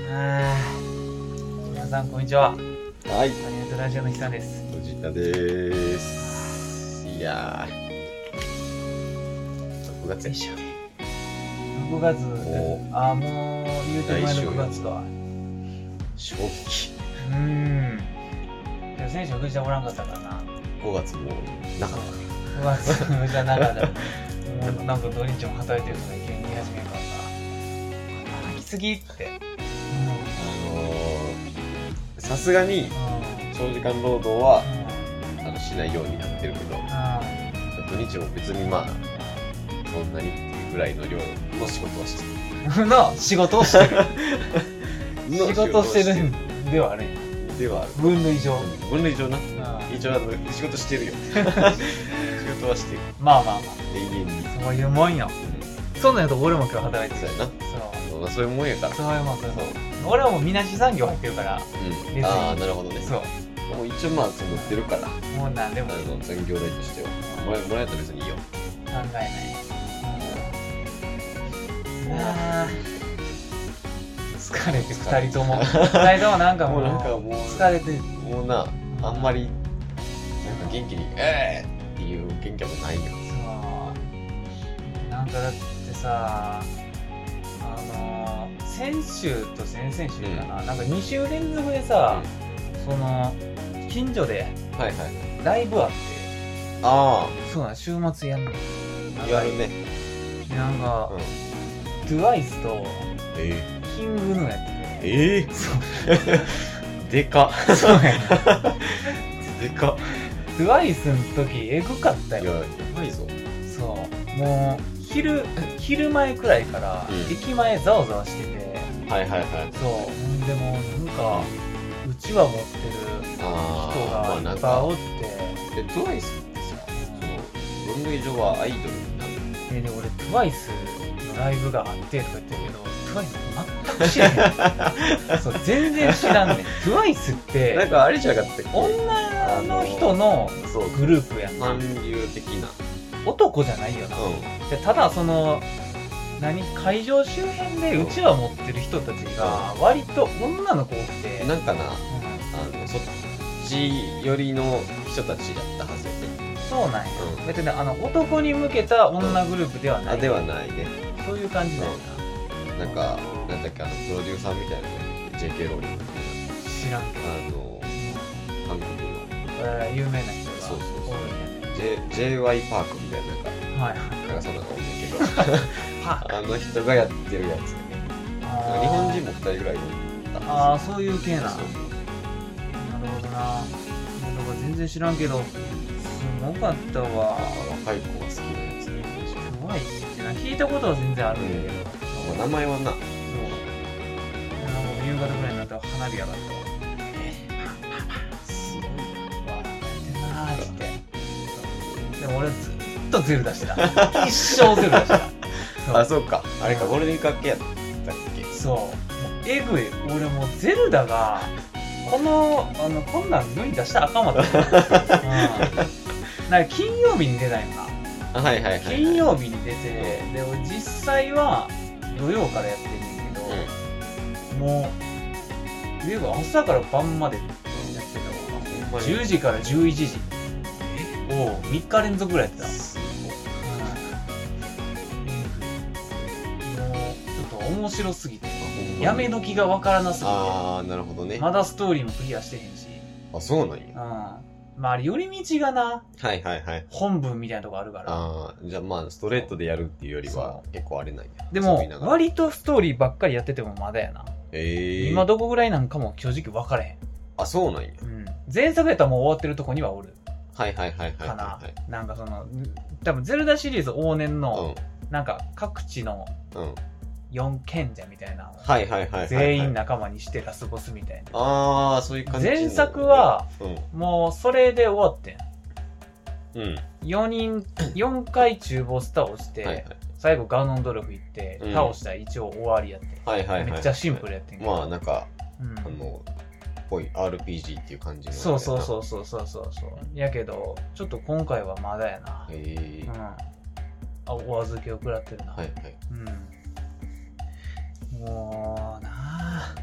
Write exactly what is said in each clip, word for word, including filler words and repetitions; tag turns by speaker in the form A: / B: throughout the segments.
A: 皆さんこんにちは。
B: はい。
A: アニメとラジオのひさんです。
B: 藤田でーす。いやー。ろくがつでしょ。
A: ろくがつ、
B: お
A: あ、もう言うて前ろくがつか。
B: 衝撃。
A: うーん。でも先週藤田おらんかったからな。
B: ごがつもなかったね。
A: ごがつ藤田なかった。もうなんか土日も働いてるから急に言い始めるからさ。働きすぎって。
B: あのー、さすがに長時間労働は、うん、あのしないようになってるけど、土日も別にまあそんなにっていうぐらいの量の仕事はしてる。
A: の仕事をしてる。仕事してるんではあるんや。
B: ではある。
A: 分類上。
B: 分類上な。一応仕事してるよ。仕事はしてる。
A: まあまあまあ。
B: 永遠に。
A: そういうもんよ。そんなんやと俺も今日働いてる。
B: そうやな。そう。そういうもんやから。
A: そういうもん、そういうもん。俺はもうみなし産業入ってるから。
B: うん。ああ、なるほどね。
A: そう。
B: もう一応まあ、そう持ってるから。
A: もうなんでも。
B: あの、残業代としては。もらえ、もらえたら別にいいよ。
A: 考えない。ああ。疲れて二人とも。二人ともなんかもう、
B: もうなんかもう、
A: 疲れて。
B: もうな、あんまり、なんか元気に、えーっていう元気もないよ。
A: そう。なんかだってさ、あのー、先週と先々週かな、うん、なんかに週連続でさ、うん、その、近所で、
B: はいはい。
A: ライブあって、
B: ああ。
A: そうな、週末やんねん。
B: やるね。
A: なんか、うん、トゥワイスと、
B: えー、
A: キングヌーやってて。
B: ええー、そう。でか。
A: そうやな。
B: でか。
A: トゥワイスの時、エグかったよ。
B: いや、やばいぞ。
A: そう。もう、昼、昼前くらいから、駅前ざわざわしてて。
B: うん、はいはいはい。
A: そう。でも、なんか、うちわ持ってる人がいっぱいおって。
B: え、トゥワイスってさ、その、分類上はアイドルになるの？
A: え、で、俺、トゥワイスのライブがあってとか言ってるけど、トゥワイス全く知らへん。そう、全然知らんねん。トゥワイスって、
B: なんかあれじゃなかったっけ？
A: 女の人のグループやんな。
B: 韓流的な。
A: 男じゃないよな。うん、でただ、その、何会場周辺でうちわ持ってる人たちが割と女の子多くて、
B: なんかな、うん、あのそっち寄りの人たちだったはずやね。
A: そうなんや。うん、別にあの男に向けた女グループではない。
B: あ、ではないね。
A: そういう感じだよ
B: な。なんかなんだっけ、あのプロデューサーみたいなの ジェイケー ローリングみたいな。
A: 知らんけど。
B: あの韓国の、
A: えー、有名な人が。
B: そうそうそう。J ジェイワイ パークみたいななんか。
A: はいはい。
B: なんかそんなの多いんだけど。あの人がやってるやつでね。日本人もふたりぐらいいた。
A: ああ、そういう系な。
B: そうそう。
A: なるほどな。なんか全然知らんけど、すごかったわ。
B: 若い子が好きなやつね。
A: すごいってな、聞いたことは全然あるんだけど。
B: うん、名前はな。そう。
A: なんか夕方ぐらいになったら花火上がったわ。
B: すごい
A: わ。やってんなーって。でも俺ずっとゼル出してた。一生ゼル出してた。
B: あ、そうか。あれか、ゴールデンかけやったっけ？
A: そう。もうえぐい。俺もうゼルダが、この、あの、こんなん世に出したらあかんわって。うん。なんか金曜日に出ないのな。
B: あ、はいはいはい、はい。
A: 金曜日に出て、で、俺実際は土曜からやってんねんけど、うん、もう、でも朝から晩までやってたわ。じゅうじからじゅういちじをみっか連続ぐらいやってた。面白すぎて、やめ時がわからなすぎて。
B: ああ、なるほどね。
A: まだストーリーもクリアしてへんし。
B: あ、そうなんや。
A: うん。まあ、あれ、寄り道がな。
B: はいはいはい。
A: 本文みたいなとこあるから。
B: ああ、じゃあまあ、ストレートでやるっていうよりは、結構あれなんや。
A: でも、割とストーリーばっかりやっててもまだやな。
B: ええー。
A: 今どこぐらいなんかも正直分からへん。
B: あ、そうなんや。
A: うん。前作やったらもう終わってるとこにはおる。
B: はいはいはいはい、はい。
A: かな。なんかその、多分ゼルダシリーズ往年の、うん、なんか各地の、うん。よん賢者みたいな、
B: はいはいはい、はい、
A: 全員仲間にしてラスボスみたいな。
B: ああ、そういう感じ、
A: ね。前作は、うん、もうそれで終わってん。うん。よにん、よんかい中ボス倒して、はいはい、最後ガノンドルフ行って、うん、倒したら一応終わりやって。
B: はいはいはい。
A: めっちゃシンプルやってんけど。
B: まあなんか、うん、あの、ぽい アールピージー っていう感じの。
A: そうそうそうそうそうそう。やけど、ちょっと今回はまだやな。へえ。うん。あ、お預けを食らってるな。
B: はいはい。うん。
A: もうなあ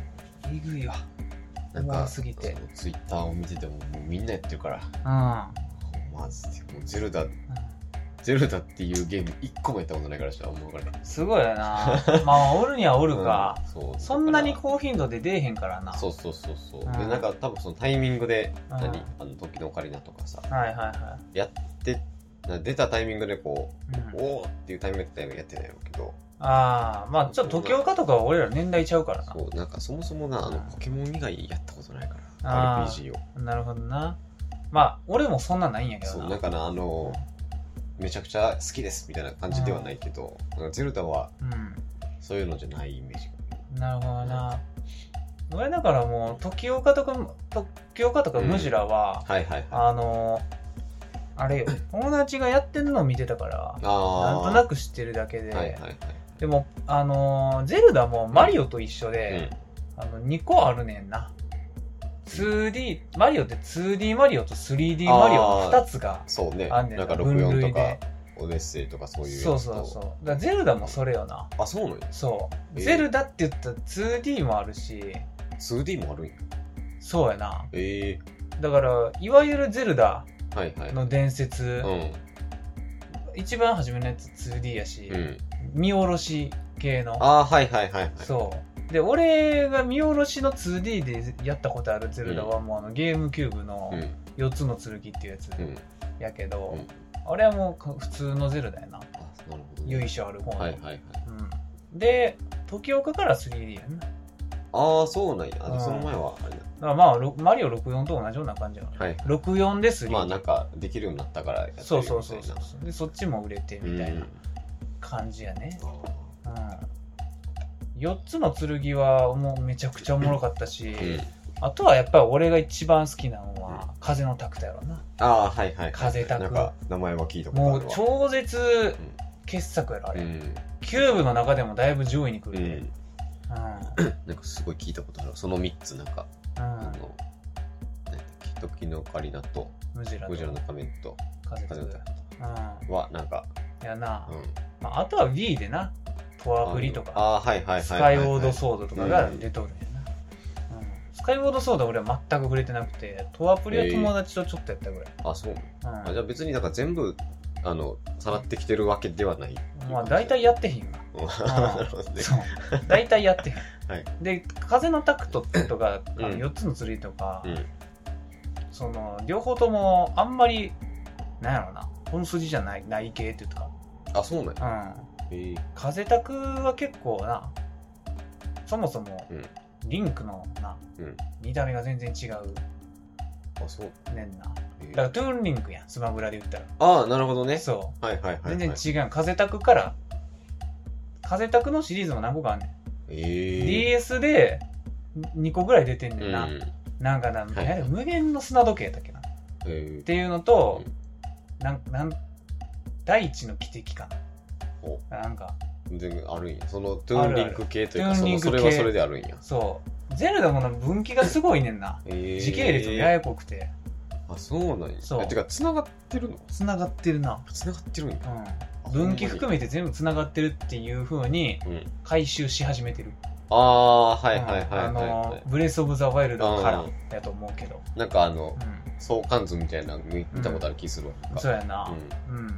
A: えぐいわ。
B: なんか
A: すぎて
B: ツイッターを見ててももうみんなやってるから。
A: うん。
B: マジでもうゼルダ、うん、ゼルダっていうゲームいっこもやったことないからしか思うから。
A: すごいよな。まあおるにはおるか、うん、そうそんなに高頻度で出えへんからな。
B: そうそうそうそう、うん、でなんか多分そのタイミングで、うん、何あの時のオカリナとかさ、
A: はいはいはい、
B: やって出たタイミングでこう、うん、おーっていうタイミングでやってないやろうけど。
A: ああ、まあちょっと時岡とかは俺ら年代ちゃうからな。
B: そう、なんかそもそもな、あのポケモン以外やったことないから、アールピージー を。
A: なるほどな。まあ俺もそんなないんやけどな。
B: そう、なんかな、あの、めちゃくちゃ好きですみたいな感じではないけど、うん、なんかゼルダは、そういうのじゃないイメージ
A: が。なるほどな。俺だからもう、時岡とか、時岡とかムジラは、
B: うん、はいはいはい。
A: あの、あれよ、友達がやってるのを見てたから、なんとなく知ってるだけで、はいはいはい、でも、あのー、ゼルダもマリオと一緒で、うん、あのにこあるねんな。ツーディー、マリオって ツーディー マリオと スリーディー マリオのふたつが
B: そうね。
A: あんねんな。
B: なんかろくじゅうよんとかオデッセイとかそういうやつと。
A: そうそうそう。だからゼルダもそれよな。
B: あ、そうなのよ。
A: そう、えー。ゼルダって言ったら ツーディー もあるし。
B: ツーディー もあるんや。
A: そうやな。
B: え
A: ー、だから、いわゆるゼルダの伝説。
B: はいはい、うん、
A: 一番初めのやつ ツーディー やし、うん、見下ろし系の。
B: ああ、はいはいはい、はい。
A: そう。で、俺が見下ろしの ツーディー でやったことあるゼルダはもうあのゲームキューブのよっつの剣っていうやつやけど、うんうん、あれはもう普通のゼルダやな。あ、なるほど、ね。由緒ある方の。はいはいはい。うん、で、時岡から スリーディー やんな。
B: ああ、そうなんや。あ、うん、その前はあれだ。だ
A: からまあ、マリオろくじゅうよんと同じような感じなの。はい。ろくじゅうよんで スリーディー。
B: まあなんかできるようになったからやってるみたいな。
A: そうそうそうそう。で、そっちも売れてみたいな感じやね。うん。よっつの剣はもうめちゃくちゃおもろかったし、うん、あとはやっぱり俺が一番好きなのは、うん、風のタクトやろな。
B: ああ、はいはい。
A: 風タク。
B: なんか名前は聞いたことあるわ。
A: もう超絶傑作やろ、あれ、うん。キューブの中でもだいぶ上位に来る、ね。うん。うん、
B: なんかすごい聞いたことある。そのみっつなんか、うん、あの、なんだっけ、時のオカリナと、
A: ムジラと、
B: ムジラの仮面と、
A: 風タク
B: トはなんか、
A: やな。うん、まあ、あとは Wii でな。トアプリとか、
B: あ、はいはいはいはいはい、
A: スカイウォードソードとかが出とるんやな、うんうん、スカイウォードソードは俺は全く触れてなくて、トアプリは友達とちょっとやったぐらい、
B: えー、あ、そう、うん、あ、じゃあ別になんか全部あのさらってきてるわけではない。
A: まあ大体やってへんよな。なるほどね。そう大体やってへん、はい、で、風のタクトとかあのよっつの釣りとか、うん、その両方ともあんまりなんやろな、本筋じゃないない系っていうか。
B: あ、そうなんや。
A: うん、えー、風タクは結構な、そもそもリンクのな、うん、見た目が全然違う。
B: あ、そう
A: ねんな。えー、だからトゥーンリンクやん、スマブラで言ったら。
B: ああ、なるほどね。
A: そう、
B: はいはいはい、はい、
A: 全然違う。風タクから風タクのシリーズも何個かあんねん。
B: えー、デ
A: ィーエス でにこぐらい出てんねんな、うん、なんかな、はいはい、無限の砂時計だっけな、えー、っていうのと、うん、なんなん第一の汽笛かな、なんか
B: 全然あるんや。そのトゥーンリンク系というか、そのそれはそれであるんや。
A: そうゼルダも分岐がすごいねんな、えー、時系列もややこくて。
B: あ、そうなんや。そう。てか繋がってるの？
A: 繋がってるな。
B: 繋がってるんや。
A: うん。分岐含めて全部繋がってるっていう風に回収し始めてる。
B: ああ、はいはいはいはい、はい、
A: あのブレスオブザワイルドからやと思うけど。
B: なんかあの、うん、相関図みたいなの見たことある気するわ。
A: うん、そうやな。うん。うん、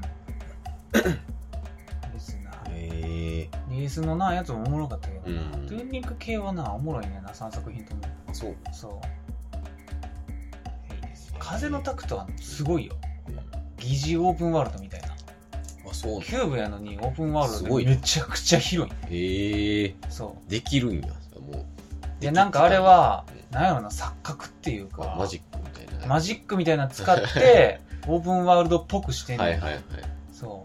A: ですな。へえ。リースのなやつもおもろかったけどな。うん、トゥーンリンク系はなおもろいねんな、さんさく品とも。
B: あ、そう。
A: そう。風のタクトはすごいよ、うん、疑似オープンワールドみたいな。
B: あ、そう。
A: キューブやのにオープンワールドでめちゃくちゃ広い。
B: へえ。
A: そう。
B: できるんや。もう。
A: で、なんかあれは、うん、なんやろな、錯覚っていうか、
B: マジックみたいな。
A: マジックみたいなの使って、オープンワールドっぽくしてんねん。
B: はいはいはい。
A: そう。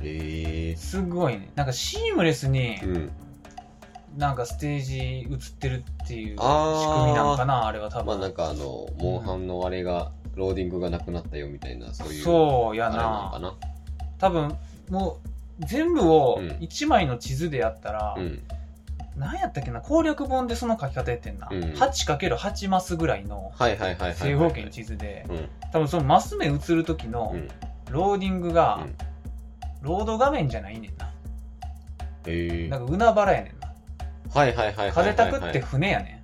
B: へえ。す
A: ごいね。なんかシームレスに、うん、なんかステージ映ってるっていう仕組みなのかな、あれは多分。
B: まあなんかあの、モンハンのあれが、ローディングがなくなったよみたいな、そういう。
A: そうやな。な多分、もう、全部をいちまいの地図でやったら、うん、何やったっけな、攻略本でその書き方やってんな。うん、はちかけるはち マスぐらいの正方形の地図で、多分そのマス目映る時のローディングが、うん、ロード画面じゃないねんな。
B: へ、うん、
A: なんか海原やねんな。
B: はいはいはいはいはい、はい。
A: 風タクって船やね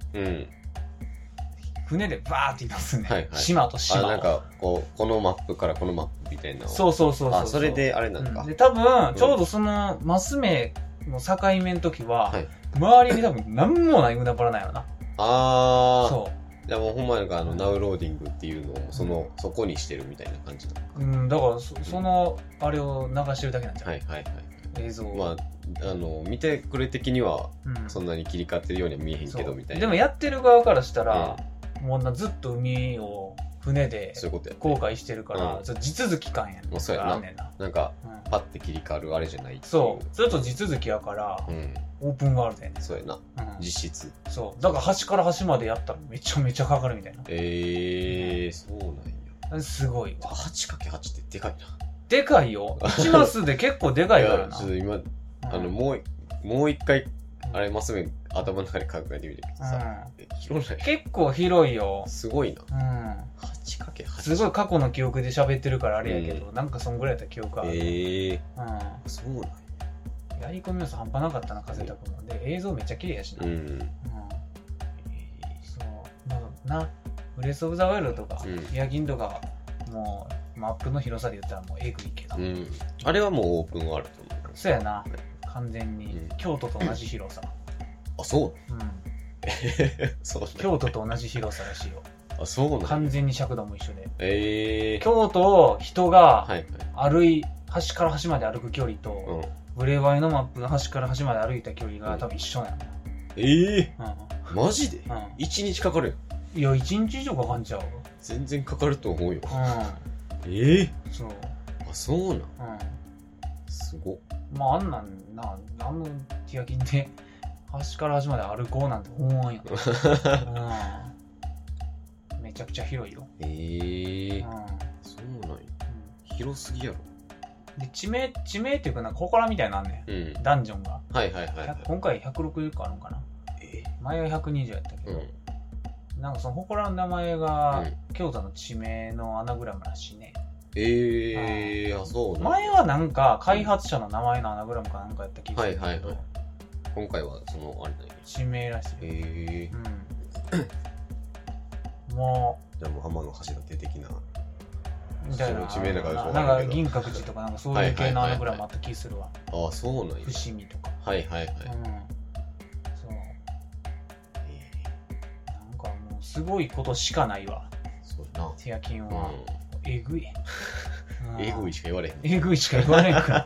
A: ん。
B: うん。
A: 船でバーって移動すんねん。
B: はいはい、
A: 島と島を。
B: あ、なんか、こう、このマップからこのマップみたいなのを。
A: そうそうそうそう。
B: あ、それであれなんか。
A: うん、で、多分、ちょうどその、マス目の境目の時は、はい、周りに多分何もない海原なんやろな。
B: あー。
A: そう。
B: じゃあもうほんまなんかあの、ナウローディングっていうのを、その、そこにしてるみたいな感じな
A: のか。うん、だからそ、その、あれを流してるだけなんじゃん。
B: はいはいはい。
A: 映像
B: まあ、あの、見てくれ的には、そんなに切り替わってるようには見えへんけど、みたいな。
A: でもやってる側からしたら、うん、もうなずっと海を船で航海してるから、そういうことやね、地続き感やねん。
B: そうやな。なんか、うん、パッて切り替わるあれじゃないっていう。
A: そう。ずっと地続きやから、うん、オープンワールドやねん。
B: そうやな。うん、実質。
A: そう。だから端から端までやったらめちゃめちゃかかるみたいな。
B: えー、そうなんや。
A: すごい。
B: はちかけはち ってでかいな。
A: でかいよ。いちマスで結構でかいからな。
B: ちょっと今、うん、あの、もう、もう一回、あれ、マス目、頭の中で考えてみてけどさ、うん、広ない。
A: 結構広いよ。
B: すごいな。
A: うん。
B: はちかけはち。
A: すごい過去の記憶で喋ってるからあれやけど、うん、なんかそんぐらいやった記憶ある。
B: ええ
A: ー。うん。
B: そうなんや。
A: やり込み要素半端なかったな、風田君も。で、映像めっちゃ綺麗やしな。うん。うん。そう。なんかな、ブレスオブザワイルドとか、うん、イヤギンとか、もう、マップの広さで言ったらもうエグいけど。
B: うん。あれはもうオープンワールド。
A: そうやな。完全に、うん、京都と同じ広さ。
B: あ、そう。
A: うん。
B: そうね。
A: 京都と同じ広さらしいよ。
B: あ、そうなん。
A: 完全に尺度も一緒で。
B: ええー。
A: 京都を人が歩い、端から端まで歩く距離と、うん、ブレワイのマップの端から端まで歩いた距離が多分一緒なの。
B: ええー。うん。マジで？うん。一日かかるよ。
A: いや、一日以上かかんちゃう。
B: 全然かかると思うよ。
A: うん。
B: ええー。
A: そう。
B: あ、そうなん。うん。すごっ。
A: まあ、あんなんな、あのティアキンで端から端まで歩こうなんて思わんよ。うん、めちゃくちゃ広いよ。
B: へえー。うん、そうなんや、うん。広すぎやろ。
A: で、地名、地名っていうかな、祠みたいなんねん。うん、ダンジョンが。
B: はいはいはい、はい。
A: 今回ひゃくろくじゅっこあるんかな。えー、前はひゃくにじゅうやったけど、うん、なんかその祠の名前が、うん、京都の地名のアナグラムらしいね。
B: ええー、あ、そうなんだ。
A: 前はなんか開発者の名前のアナグラムかなんかやった気がするけど、はいはいはい、
B: 今回はそのあれだよね。
A: 地名らしい。
B: ええ
A: ー、うん、も
B: うじゃあもう浜の橋立的な
A: みたいな
B: 地名なんか
A: なんか銀閣寺とかなんかそういう系のアナグラムあった気するわ。
B: ああ、そうなんや。
A: 伏見とか。
B: はいはいはい。うん、そう。
A: えー、なんかもうすごいことしかないわ。
B: そうやな。
A: ティアキンは。うんえぐい。
B: えぐいしか言われへん。
A: えぐいしか言われへんくなった。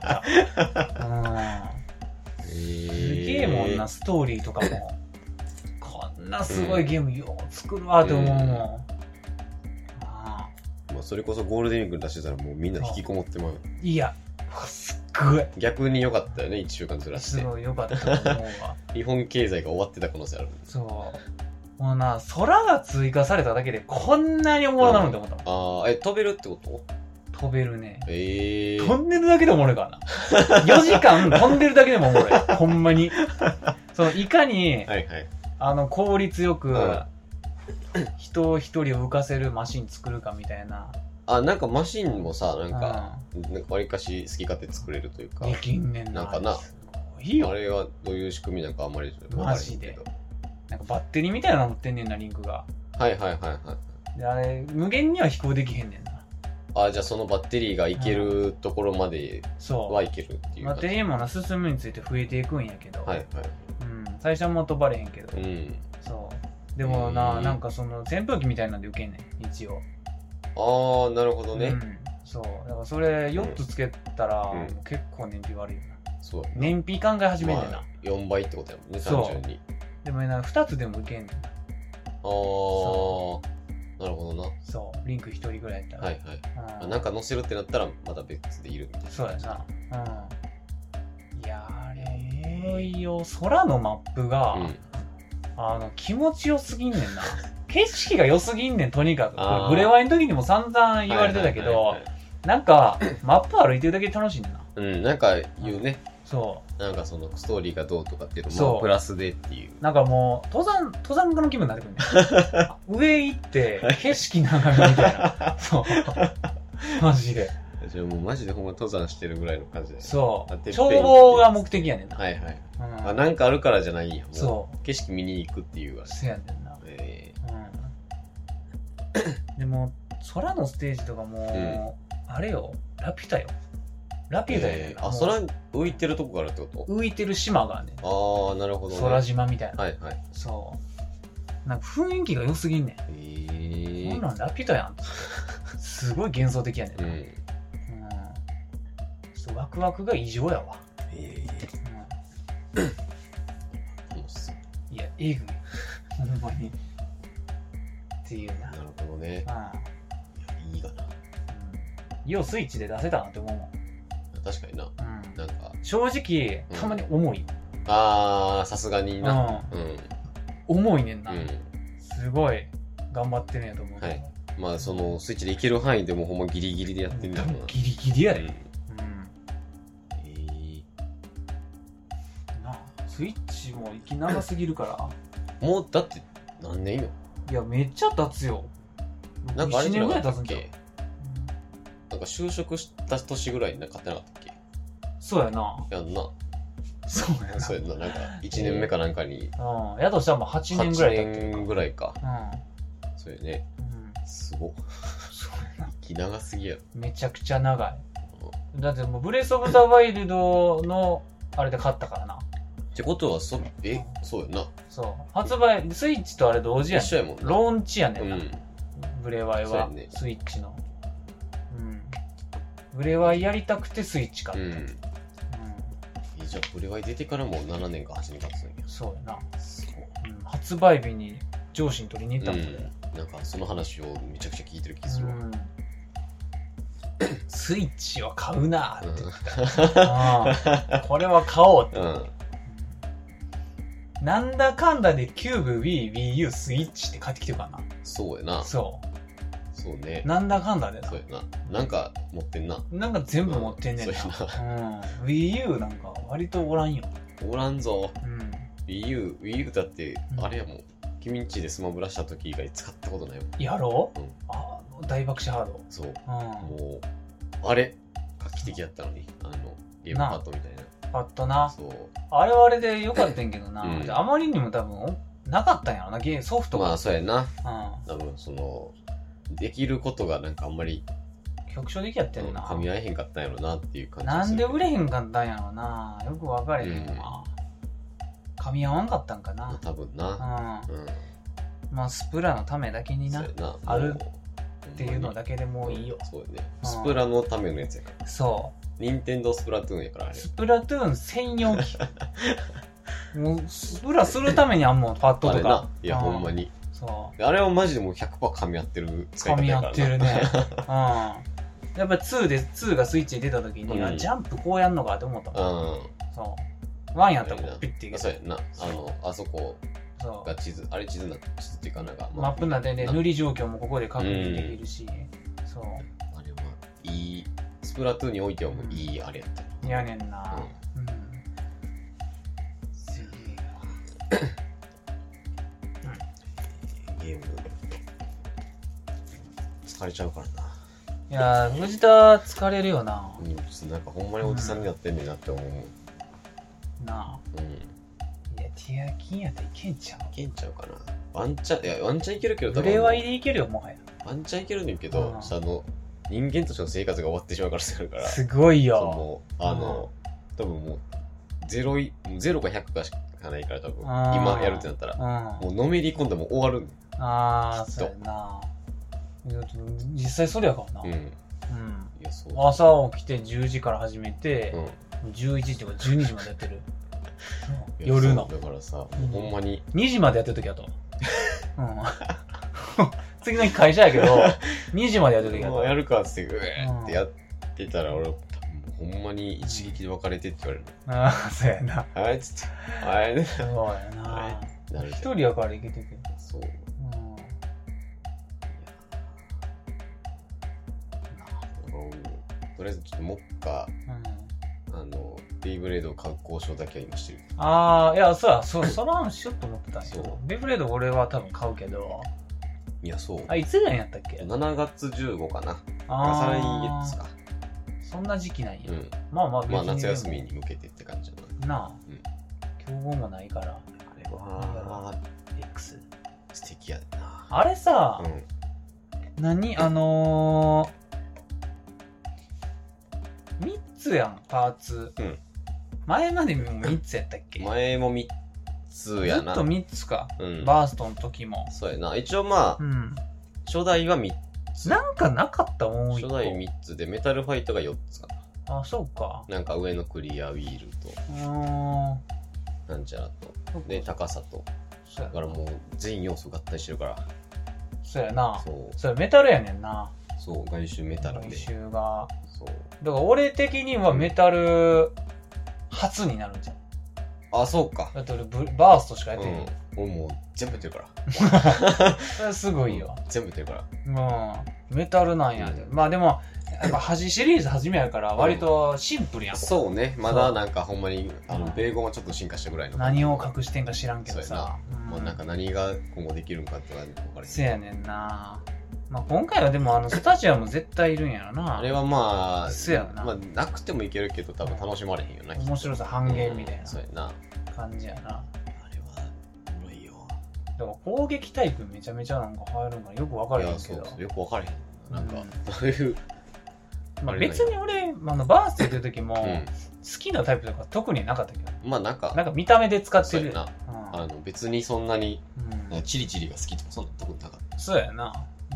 A: うん、すげえもんな、ストーリーとかも。こんなすごいゲームよう作るわって思うもん。うん、あ
B: まあそれこそゴールデンウィークに出してたらもうみんな引きこもってまう。
A: いや、すっごい。
B: 逆に良かったよね、いっしゅうかんずらして。
A: すごい良かったと思うわ。
B: 日本経済が終わってた可能性ある。
A: そう。もうな、空が追加されただけでこんなにおもろなるんって思ったもん。
B: うん、ああ、え、飛べるってこと？
A: 飛べるね。
B: ええー。
A: 飛んでるだけでおもろいからな。よじかん飛んでるだけでもおもろい。ほんまに。その、いかに、はいはい、あの、効率よく、うん、人一人を浮かせるマシン作るかみたいな。
B: あ、なんかマシンもさ、なんか、わり、うん、かし好き勝手作れるというか。
A: できんねんな。
B: なんかな。
A: いいよ。
B: あれはどういう仕組みなんかあんまり分からへんけど。
A: マジで。なんかバッテリーみたいなの乗ってんねんな、リンクが。
B: はいはいはいはい。
A: で、あれ、無限には飛行できへんねんな。
B: あ、じゃあそのバッテリーがいけるところまではいけるっていう。
A: バッテリーもな、進むについて増えていくんやけど。
B: はいはい。
A: うん。最初はもう飛ばれへんけど。うん。そう。でもな、なんかその扇風機みたいなんで受けんねん、一応。
B: あー、なるほどね。
A: うん。そう。だからそれよっつつけたら、うん、もう結構燃費悪いよな。そう。燃費考え始めんねんな。
B: まあ、よんばいってことやもんね、単純に。
A: でもな、ふたつでも受けんねんな。あ
B: ー。なるほどな。
A: そう。リンクひとりぐらいやったら。
B: はいはい。うん、なんか載せるってなったら、また別でいるみたいな。
A: そうやな。うん。いやー、あれ、おもろいよ。空のマップが、うん、あの、気持ちよすぎんねんな。景色が良すぎんねん、とにかく。これブレワイの時にも散々言われてたけど、なんか、マップ歩いてるだけで楽しいんだな。
B: うん、なんか言うね。
A: そう。
B: なんかそのストーリーがどうとかっていうのもプラスでっていう。
A: なんかもう、登山、登山家の気分になってくるね。上行って、景色眺めみたいな。そう。マジで。
B: じゃあもうマジでほんま登山してるぐらいの感じで。
A: そう。眺望が目的やねんな。
B: はいはい。
A: うん、
B: あ、なんかあるからじゃないんや。
A: そう。
B: 景色見に行くっていうわ。
A: そうやねんな。
B: え
A: ー、うん。でも、空のステージとかも、うん、あれよ、ラピュタよ。ラピュタやねんな。
B: えー、あ、空浮いてるとこがあるってこと？
A: 浮いてる島がね。
B: ああ、なるほど、ね。
A: 空島みたいな。
B: はいはい。
A: そう。なんか雰囲気が良すぎんねん。
B: えー、
A: こんなんラピュタやん。すごい幻想的やねんな。うん。うん、ちょっとワクワクが異常やわ。えー、うん、いや、えぐい。ほんまに。っていうな。
B: なるほどね。うん。いや、いいかな。
A: うん。ようスイッチで出せたなって思うもん。
B: 確かにな。うん。なんか。
A: 正直、たまに重い。うん、
B: あー、さすがにな。うん。うん、
A: 重いねんな。うん。すごい、頑張ってるんやと思う。はい。
B: まあ、その、スイッチでいける範囲でもほんまギリギリでやってんだろうな。
A: ギリギリやで。うん。うん、
B: えー。
A: なあ、スイッチも息長すぎるから。
B: もう、だって、何年よ。
A: いや、めっちゃ経つよ。
B: なんかあれじゃなかったっけ？
A: いちねんぐらい経つんちゃう？
B: なんか就職した年ぐらいに買ってなかったっけ？
A: そうやな。
B: やんな。
A: そうやな。
B: そうやな。なんか、いちねんめかなんかに。
A: うん。やとしたらもうはちねんぐらい経ってる。
B: はちねんぐらいか。
A: うん。
B: そうやね。うん。すごっ。そうやな。息長すぎやろ。
A: めちゃくちゃ長い。うん、だってもう、ブレスオブザワイルドの、あれで買ったからな。
B: ってことは、そ、え、うん、そうやな。
A: そう。発売、スイッチとあれ同時やねん。
B: 一緒やもんな。
A: ローンチやねんな。うん、ブレワイは、
B: ね、
A: スイッチの。うん。ブレワイやりたくてスイッチ買った。うん。うん、
B: え、じゃあ、ブレワイ出てからもうななねんかはちねん経つんや。
A: そうやな。そう。うん。発売日に上司に取りに行ったもんね。
B: うん、なんか、その話をめちゃくちゃ聞いてる気するわ。うん、
A: スイッチは買うなーって言った。うん、これは買おうって。うんなんだかんだでキューブ、Wii、Wii U、スイッチって帰ってきてるからな。
B: そうやな。
A: そう。
B: そうね。
A: なんだかんだでな。
B: そうやな。なんか持ってんな。
A: なんか全部持ってんねんな。うん、そうやな。うん。Wii U なんか割とおらんよ。
B: おらんぞ。うん。Wii U、Wii U だって、あれやもん。君んちでスマブラした時以外使ったことないもん。
A: やろう、うん、ああ、大爆笑ハード。
B: そう。うん、もう、あれ、画期的やったのに。あの、ゲームパッドみたいな。
A: パッドな。
B: そう。
A: あれはあれでよかったんやけどな。うん、あまりにも多分、なかったんやろな、ゲーム、ソフトが。
B: まあ、そうやな。うん。多分、その、できることがなんかあんまり、
A: 局所的やってんな。
B: 噛み合えへんかったんやろなっていう感じ。
A: なんで売れへんかったんやろな。よく分かれへんわ。うん、噛み合わんかったんかな。ま
B: あ、多分な。
A: うん。うん、まあ、スプラのためだけにな、なあるっていうのだけでもういいよ。
B: そうやね。スプラのためのやつやから。
A: そう。
B: ニンテンドースプラトゥーンやからあれ。
A: スプラトゥーン専用機。もう、スプラするためにあんもん、パッドとか。
B: いや、ほんまに。
A: そう。
B: あれはマジでもう ひゃくパーセント 噛み合ってる
A: 使い方やからな。噛み合ってるね。うん。やっぱツーで、ツーがスイッチで出た時に、うん、ジャンプこうやんのかって思ったもん。うん。そう。ワンやったらこうピッていけ
B: そうやんな。あの、あそこが地図、あれ地図な、地図っていうかなんか。
A: マップになってね、塗り状況もここで確認できるし。そう。
B: あれはいい。スプラトゥーンにおいてはもういいあれやった。
A: うん、やねんな。うん。うん、すげえな。
B: うん。ゲーム疲れちゃうからな。
A: いやー、藤田疲れるよな。
B: うん、なんかほんまにおじさんになってんねんなって思う。
A: うん、なあ。うん。いや、ティアキンやったらいけんちゃう。
B: いけんちゃうかな。ワンチャン、いや、ワンチャンいけるけど、
A: ブレワイでいけるよ、もはや。
B: ワンチャンいけるねんけど、あの、人間としての生活が終わってしまうからするから。
A: すごいよ。
B: その、あの、多分もう、ゼロい、ゼロかひゃくかしかないから多分、今やるってなったら、もうのめり込んでも終わる。
A: ああ、そうやな。実際それやからな。うん。うん。
B: いや、そう。
A: 朝起きてじゅうじから始めて、うん、じゅういちじとかじゅうにじまでやってる。夜の。
B: だからさ、もうほんまに。
A: にじまでやってる時やと。うん。次の日会社やけど、にじまでやってる時やと。
B: もうやるかって、うえーってやってたら、俺、ほんまに一撃で別れてって言われる。
A: ああ、そうやな。
B: はい、つって。はい、ね。
A: そうやな。一人やからいけてるけど。
B: そう。とりあえずちょっともっか、うん、あのベイブレードを買う交渉だけは今してる。
A: ああ、いや、そうや、そその話しようと思ってたんよ。ベイブレード俺は多分買うけど。
B: いや、そう。
A: あ、いつぐらいやったっけ？
B: しちがつじゅうごかな。ああ。再来月か。
A: そんな時期なんや、
B: うん、
A: まあまあ別に
B: まあ夏休みに向けてって感じじゃない
A: なあ、うん、競合もないから。あ
B: れは
A: X
B: 素敵やでな
A: あれさ、うん、何あのー、みっつやんパーツ、うん、前までもみっつやったっけ。
B: 前もみっつやな。
A: ずっとみっつか、うん、バーストの時も
B: そうやな。一応まあ、うん、初代はみっつ
A: なんかなかったもん。
B: 初代みっつでメタルファイトがよっつかな。
A: あ、そうか。
B: なんか上のクリアウィールとなんちゃらとで高さとだからもう全要素合体してるから。
A: そうやな。そうそれメタルやねんな。
B: そう外周メタルで
A: 外周が
B: そう
A: だから俺的にはメタル初になるんじゃん。
B: あ、そうか。
A: だって俺バーストしかやってんの、
B: うん、俺もう全部やってるから
A: それすごいよ、
B: うん、全部やってるから
A: うんメタルなんやで、うん、まあでもやっぱ端シリーズ初めやから割とシンプルやん、うん、
B: そうね。まだなんかほんまにあの米語がちょっと進化したぐらいの
A: 何を隠してんか知らんけどさ、
B: うん、まあなんか何が今後できるんかって分からへん。
A: そうやねんな。まあ、今回はでもあのスタジアム絶対いるんやろな。
B: あれはまあ、
A: そうやな。
B: まあ、なくてもいけるけど多分楽しまれへんよな。
A: 面白さ半減みたいな、
B: うん、そうやな
A: 感じやな。あ
B: れはおもろいよ。
A: だから攻撃タイプめちゃめちゃなんか入るんかよく分からへんけど。いやそう
B: そうよく分からへん。なんか、うん、そういう。
A: まあ、別に俺、あのバーストやってる時も、うん、好きなタイプとか特になかったけど。
B: まあなんか、
A: なんか見た目で使ってるよ
B: な。うん、あの別にそんなに、うん、チリチリが好きとかそんなとこなかった。
A: そうやな。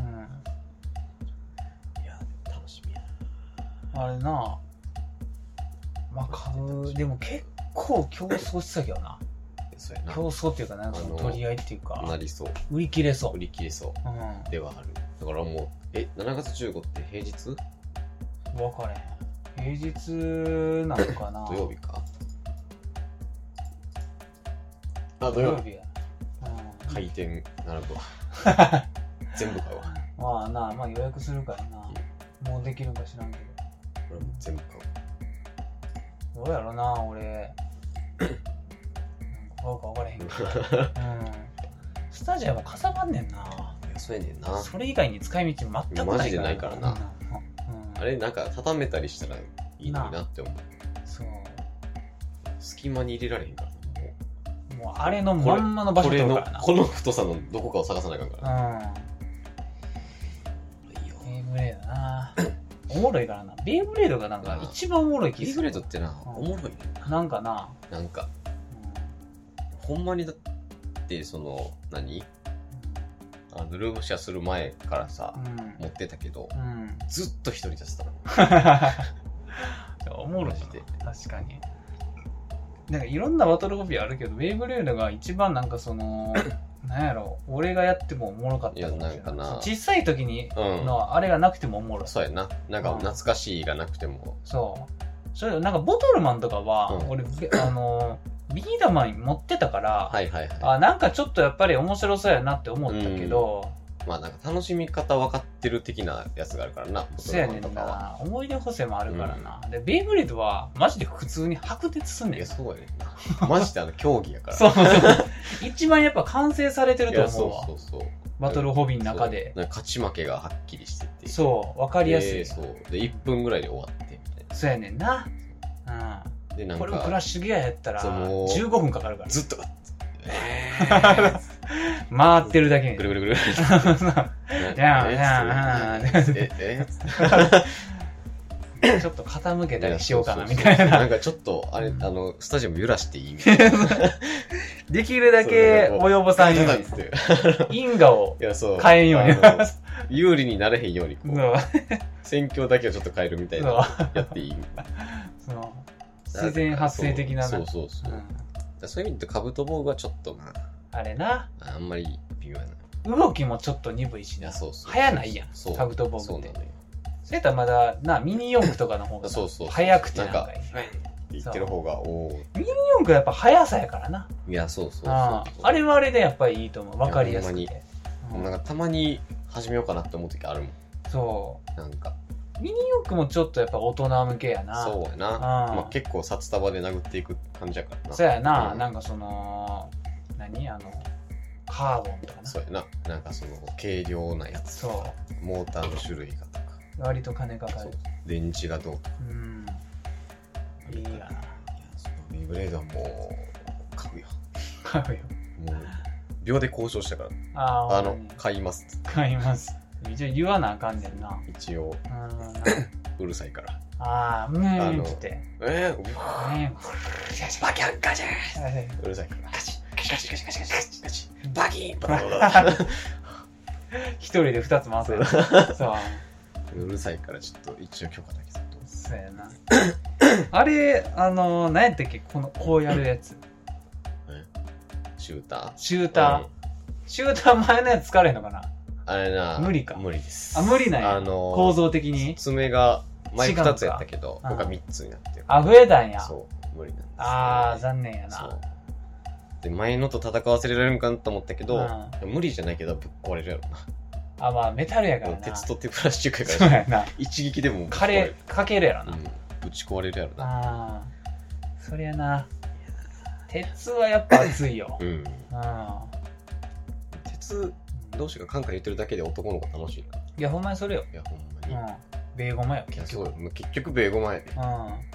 A: あれなまあ買うでも結構競争してたけどな。
B: そうやな。
A: 競争っていうかなんか取り合いっていうか
B: なりそう。
A: 売り切れそう
B: 売り切れそう、うん、ではある。だからもうえしちがつじゅうごって平日？
A: 分かれへん。平日なのかな
B: 土曜日か。
A: あ土曜日や、
B: うん、開店並ぶわ全部買うわ。
A: まあなまあ予約するからな、うん、もうできるか知らんけど
B: 俺も全部買
A: う。どうやろな俺買うか分からへんけど、うん、スタジアムかさばんねんな。いや
B: そうやねんな。
A: それ以外に使い道全くないから
B: マジでないからな、うん、あれなんか畳めたりしたらいいのになって思う。そう隙間に入れられへんから
A: もうもうあれのまんまの場所取るからな。
B: これのこの太さのどこかを探さなあかんから、うん、
A: いいよ。ベイブレードなおもろいからな。ベイブレードがなんか一番おもろい気する。
B: ベイブレードってな、うん、おもろいね
A: んなんかな。
B: なんか、うん、ほんまにだってその何、うん、あのルームシェアする前からさ、うん、持ってたけど、うん、ずっと一人でしたもん
A: おもろいな。確かになんかいろんなバトルコピーあるけどベイブレードが一番なんかそのなんやろ俺がやってもおもろかったかもしれない。いやなんかな小さい時にのあれがなくてもおもろい、
B: そうやな。なんか懐かしいがなくても、うん、
A: そうそれなんかボトルマンとかは、うん、俺あのビーダマン持ってたから
B: はいはい、はい、
A: あなんかちょっとやっぱり面白そうやなって思ったけど、
B: うん、まあなんか楽しみ方分かってる的なやつがあるからな。
A: そうやねんな。思い出補正もあるからな、うん、でベイブレードはマジで普通に白鉄すんねん。
B: いやそうやねんなマジであの競技やから
A: そうそう一番やっぱ完成されてると思うわ。そうそうそうバトルホビーの中で
B: 勝ち負けがはっきりしてて
A: そう分かりやすい、えー、
B: そうでいっぷんぐらいで終わってみたいな。
A: そうやねんな、うん、でなんかこれもクラッシュギアやったらじゅうごふんかかるから
B: ずっと
A: えー、回ってるだけに
B: ぐるぐるぐる
A: じゃんじゃんええちょっと傾けたりしようかなみたいな。
B: なんかちょっとあれあのスタジアム揺らしていいみたいな
A: できるだけ及ぼさんように因果を変えんように
B: 有利になれへんようにこう戦況だけをちょっと変えるみたいなやっていい
A: そう自然発生的なな。
B: そうそうそう、うん、そういう意味でカブトボーグはちょっとな
A: あれな
B: あんまり微妙や
A: な。動きもちょっと鈍いしな。そうそう早ないやんカブトボーグって。そうやったらまだなミニ四駆とかの方が早くてなんか
B: 言ってる方がお
A: ミニ四駆はやっぱ速さやからな。
B: いやそうそうそう
A: ああれはあれでやっぱりいいと思う。分かりやすくて、
B: うん、なんかたまに始めようかなって思う時あるもん。
A: そう
B: なんか
A: ミニ四駆もちょっとやっぱ大人向けやな。
B: そうやな、まあ、結構札束で殴っていく感じやからな。
A: そうやな、うん、なんかその何あのカーボンとかな。
B: そうやななんかその軽量なやつとかモーターの種類がとか
A: 割と金かかる。
B: 電池がどうとか。
A: うん。いいやな。いや、
B: そのベイブレードはもう買うよ。
A: 買うよ。
B: もう秒で交渉したから。
A: ああ、
B: あの買います。
A: 買います。一応言わなあかんねんな。
B: 一応。うるさいから。
A: ああ、うんーって。
B: えー、う
A: ね
B: バキャンガチャンうるさいから。ガチガチガチガチガチガチガチバキン
A: 一人で二つ回すやつ。そう。
B: うるさいからちょっと一応許可だけさと。
A: そうやな。あれ、あの、何やったっけこの、こうやるやつ。
B: シューター
A: シューター。シューター前のやつ疲れんのかな
B: あれな。
A: 無理か。
B: 無理です。
A: あ、無理なんや。
B: あの
A: 構造的に。
B: 爪が前二つやったけど、僕は三つになってる。
A: あ、増えたんや。
B: そう、無理なんです。
A: ああ、残念やな。
B: そう。で、前のと戦わせられるんかなと思ったけど、無理じゃないけどぶっ壊れるやろな。
A: あ、まあメタルやからな。
B: 鉄と手プラスチックや
A: から。そうやな。
B: 一撃でも
A: カレー、かけるやろな。
B: ぶち壊れるやろな。
A: ああ。そりゃな。鉄はやっぱ熱いよ。うん。
B: 鉄同士がカンカン言ってるだけで男の子楽しいな。
A: いや、ほんまにそれよ。
B: いや、ほんまに。うん。
A: ベーゴマよ、
B: 結局。そう結局ベーゴマやね。うん。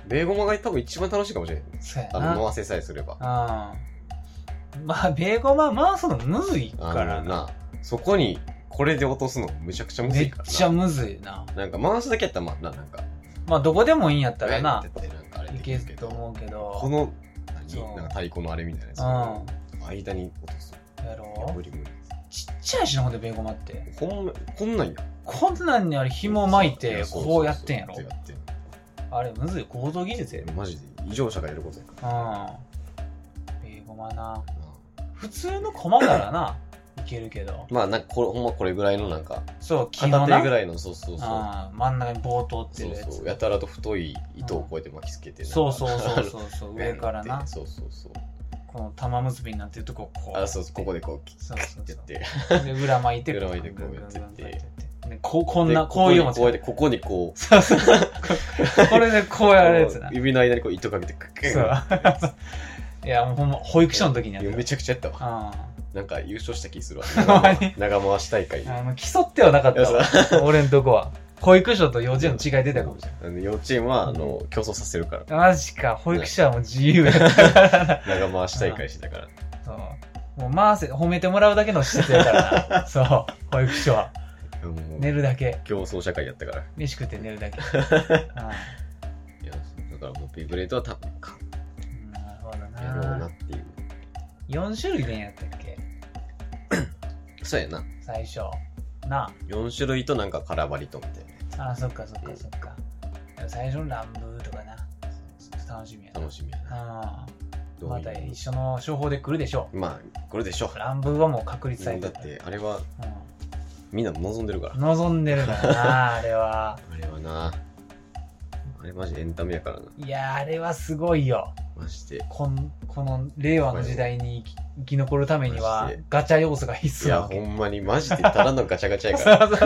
B: ベーゴマが多分一番楽しいかもしれない。
A: そうやな。
B: あの、回せさえすれば。
A: うん。まあ、ベーゴマ回すのむずいからな。
B: そこに、これで落とすのむちゃくちゃむずいからな。
A: めっちゃむずいな。
B: なんか回すだけやったらまあな、なんか。
A: まあ、どこでもいいんやったらな。いけると思うけど。
B: この、何なんか太鼓のあれみたいなやつ。うん。間に落とす。
A: やろう。
B: 無理無理。
A: ちっちゃいしな、ほんで、ベーゴマって。
B: ほんま、こんなんや。
A: こんなんにあれ紐巻いて、こうやってんやろ。あれ、むずい。構造技術やで。
B: マジで。異常者がやることやから。
A: うん。ベーゴマな。普通の駒ならな、いけるけど。
B: まあ、なんかこれ、ほんまこれぐらいのなんか、
A: そう、
B: 片手ぐらいの、そうそうそう。
A: 真ん中に棒通ってるやつ。
B: そうそう。やたらと太い糸をこうやって巻きつけて。
A: そうそうそうそう。上からな。
B: そうそうそう。
A: この玉結びになってるとここう。
B: あ、そうそう、ここでこう、
A: そうそう
B: やって。
A: で、裏巻いて、
B: 裏巻いてこうやってって。
A: ここんな、こういう
B: もん。こうやって、ここにこう。
A: そうそうそう。これでこうやるやつな。
B: 指の間にこう糸かけて、クッ
A: そう。いや、もうほんま、保育所の時にやった。
B: めちゃくちゃやったわ。なんか優勝した気するわ。長回し大会。
A: あの、競ってはなかったわ。俺んとこは。保育所と幼稚園の違い出たかもしれない。
B: 幼稚園は、あの、競争させるから。
A: マジか。保育所はもう自由やったから。
B: 長回し大会してたから。
A: そう。もう回せ、褒めてもらうだけの施設やからな。そう。保育所は。寝るだけ。
B: 競争社会やったから。
A: 飯食って寝るだけ。いや、
B: だからもうベイブレードは多分か。
A: なるほどな。
B: やろうなっていう。
A: よん種類でやったっけ？
B: そうやな。
A: 最初。な。
B: よん種類となんか空張りとみたい
A: な。ああ、そっかそっかそっか。最初の乱舞とかな。楽しみやな。
B: 楽しみやな。
A: また一緒の商法で来るでしょ
B: う。まあ、来るでしょう。
A: 乱舞はもう確立されてる。
B: だって、あれは、みんな望んでるから。
A: 望んでるからな、あれは。
B: あれはな。あれマジエンタメやからな。
A: いやー、あれはすごいよ。
B: マジで。
A: この、この令和の時代に生き残るためには、ガチャ要素が必須なわけ。
B: いや、ほんまに、マジでただのガチャガチャやから。
A: そうそう。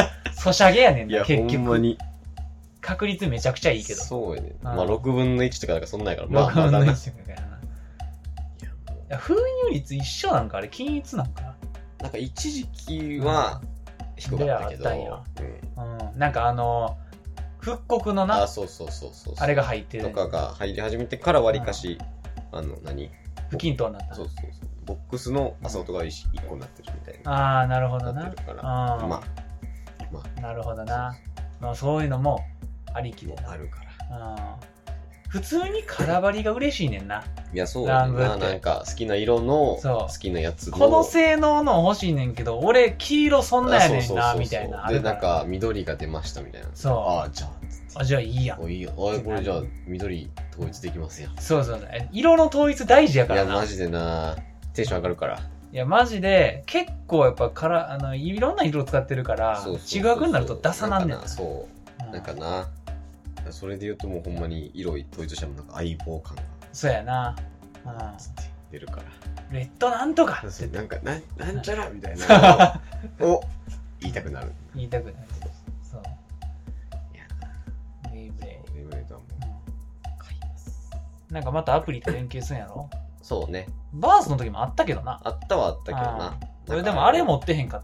A: ソシャゲやねんな、結局。
B: いや、ほんまに。
A: 確率めちゃくちゃいいけど。
B: そうやね。まあ、ろくぶんのいちとかなんかそんなんやから。まあ、まあ、
A: ろくぶんのいちとかやな。いや、封入率一緒なんかあれ、均一なんか
B: なんか一時期は、低かったけど。
A: うん。なんかあの、復刻のな。
B: あ、そうそうそうそう。
A: あれが入ってる。
B: とかが入り始めてから割かし、あの、何
A: 不均等になった。
B: そうそうそう。ボックスのアソートが一個になってるみたいな。
A: ああ、なるほどな。
B: なってるから。まあ。ま
A: あ。なるほどな。まあそういうのもありきで
B: あるから。
A: 普通に空張りが嬉しいねんな。
B: いや、そうだな。なんか好きな色の、好きなやつの。
A: この性能の欲しいねんけど、俺黄色そんなやねんな、みたいな。
B: で、なんか緑が出ましたみたいな。
A: そう。
B: ああ、じゃあ。
A: あ、じゃあいいやん。
B: いいやん。あ、これじゃあ緑統一できますやん。
A: そうそう。色の統一大事やからな。
B: いや、マジでな。テンション上がるから。
A: いや、マジで、結構やっぱから、あの、いろんな色使ってるから、違くなると出さなんねんな。
B: そう。なんかな。それで言うともうほんまに色統一してもなんか相棒感が。
A: そうやな。
B: うん。出るから。
A: レッドなんとか
B: って。なんか、な、なんちゃらみたいな。を言いたくなる。
A: 言いたくなる。そう。いやな。ベイブレイド。
B: ベイブレイドはもう、買います。
A: なんかまたアプリと連携するんやろ？
B: そうね。
A: バースの時もあったけどな。
B: あったはあったけどな。
A: 俺でもあれ持ってへんかったから。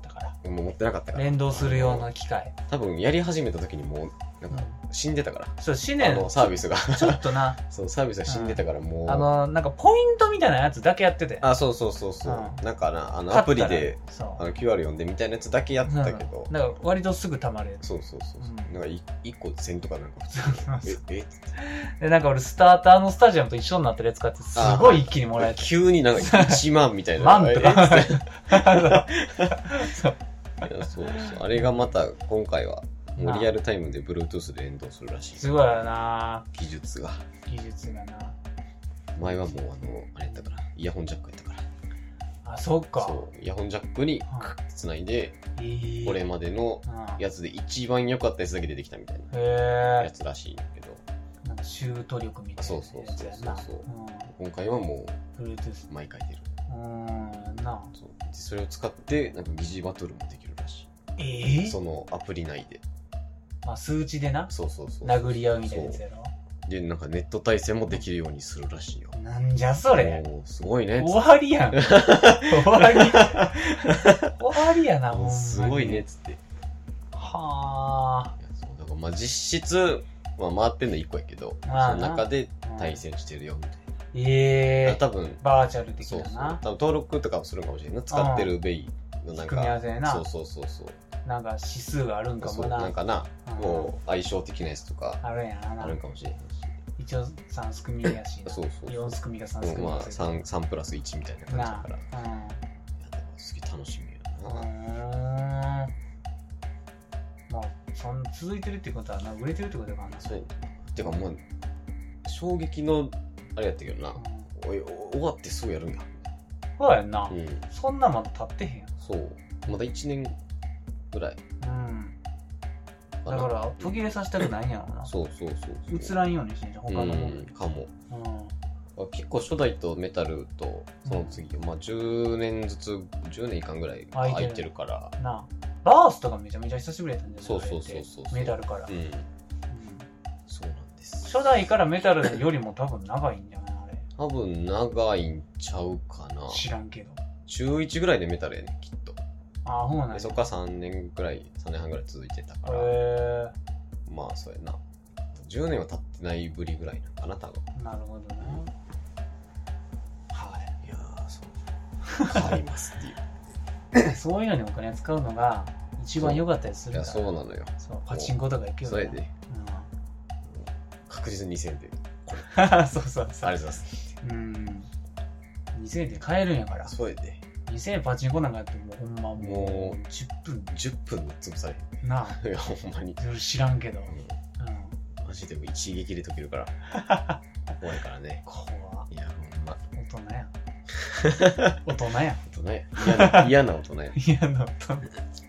B: もう持ってなかったから。
A: 連動するような機械。
B: 多分やり始めた時にもう、なんか死んでたから。
A: そう、死ねん。
B: あの、サービスが。
A: ちょっとな。
B: そう、サービスが死んでたからもう。
A: うん、あの、なんかポイントみたいなやつだけやってて。
B: あ、そうそうそうそう。うん、なんかな、あの、アプリで、あの、キューアール 読んでみたいなやつだけやってたけど。
A: うん、なんか割とすぐ溜まるやつ。
B: そうそうそう。うん、なんかいっこせんとかなんか普通に。え、え
A: で、なんか俺スターターのスタジアムと一緒になってるやつ買ってすごい一気にもらえた。
B: 急になんかいちまんみたいな。
A: 万とか。
B: そう。いや、そうそう。あれがまた今回は、もうリアルタイムで Bluetooth で連動するらしい。
A: すごいよな
B: 技術が。
A: 技術がな。
B: 前はもうあの、あれやったから、イヤホンジャックやったから。
A: あ、そっか。
B: そう、イヤホンジャックにつないで、うん、これまでのやつで一番良かったやつだけ出てきたみたいなやつらしいんだけど。
A: なんかシュート力みたいなやつやな。
B: そうそうそうそう、うん。今回はもう、
A: Bluetooth
B: 毎回出る。
A: うん、な
B: そうでそれを使って、なんか疑似バトルもできるらしい。
A: えー、
B: そのアプリ内で。
A: まあ、数値でな。
B: そうそうそう。
A: 殴り合うみたいなやつやろ。
B: で、なんかネット対戦もできるようにするらしいよ。
A: なんじゃそれ。
B: もうすごいね。
A: 終わりやん。終わり。終わりやな、もう。
B: すごいね、つって。
A: はあ。
B: そう、だからまあ実質、まあ回ってんのいっこやけど、その中で対戦してるよ、みたいな。
A: ええー。
B: 多分、
A: バーチャル的なな。
B: そうそう。多分登録とかもするかもしれんない。使ってるベイのなんか。
A: 組み合わせやな。
B: そうそうそうそう。
A: なんか指数があるんかもな。
B: なんかな、こう、相性的なやつとか。
A: あるんやな。
B: あるかもしれないし。
A: 一応さんすくみやし。
B: そうそう。
A: よんすくみがさんすくみ。
B: まあ、3、さんプラスいちみたいな感じだから。うん。いや、でもすげえ楽しみやな。うん。まあ、そん続いてるってことはな、売れてるってことかな。 そう。てかもう、衝撃の、あれやったけどな。おい、終わってすぐやるんや。
A: そうやんな。うん。そんなまだ経ってへんやん。
B: そう。まだいちねんぐらい。
A: うん。だから、途切れさせたくないんやろな。
B: そうそうそう
A: 映らんようにしてんじゃん、他のもの。
B: かも。うん。結構初代とメタルと、その次、まあじゅうねんずつ、じゅうねんいかんぐらい空いてるから。
A: なあ。バースとかめちゃめちゃ久しぶりやったんじゃない？
B: そうそうそうそう。
A: メタルから。
B: うん。そうなんです。
A: 初代からメタルよりも多分長いんじゃないあれ。
B: 多分長いんちゃうかな。
A: 知らんけど。
B: 中いちぐらいでメタルやねきっと。
A: ああ、そうなんや。
B: そっからさんねんぐらい、さんねんはんぐらい続いてたから。へ
A: え。
B: まあそうやな。じゅうねんは経ってないぶりぐらいなんかな、多分。
A: なるほどね。はい。
B: いやー、そう。変わりますっていう。
A: そういうのにお金使うのが一番良かったりするから。
B: いや、そうなのよ。
A: そう、パチンコとか行くよね。
B: それで。うん。確実ににせんえんで。
A: そうそうそう。あり
B: がとうございます。
A: うん。にせんえんで買えるんやから。
B: それで。
A: にせんえんパチンコなんかやってもほんまもうじゅっぷん。
B: じゅっぷんで潰され
A: る。なあ。
B: いや、ほんまに。
A: 知らんけど。
B: マジでも一撃で解けるから。怖いからね。
A: 怖
B: いや、ほんま。
A: 大人や。大人や。
B: 大人や。嫌な、嫌な大人や。
A: 嫌な大人。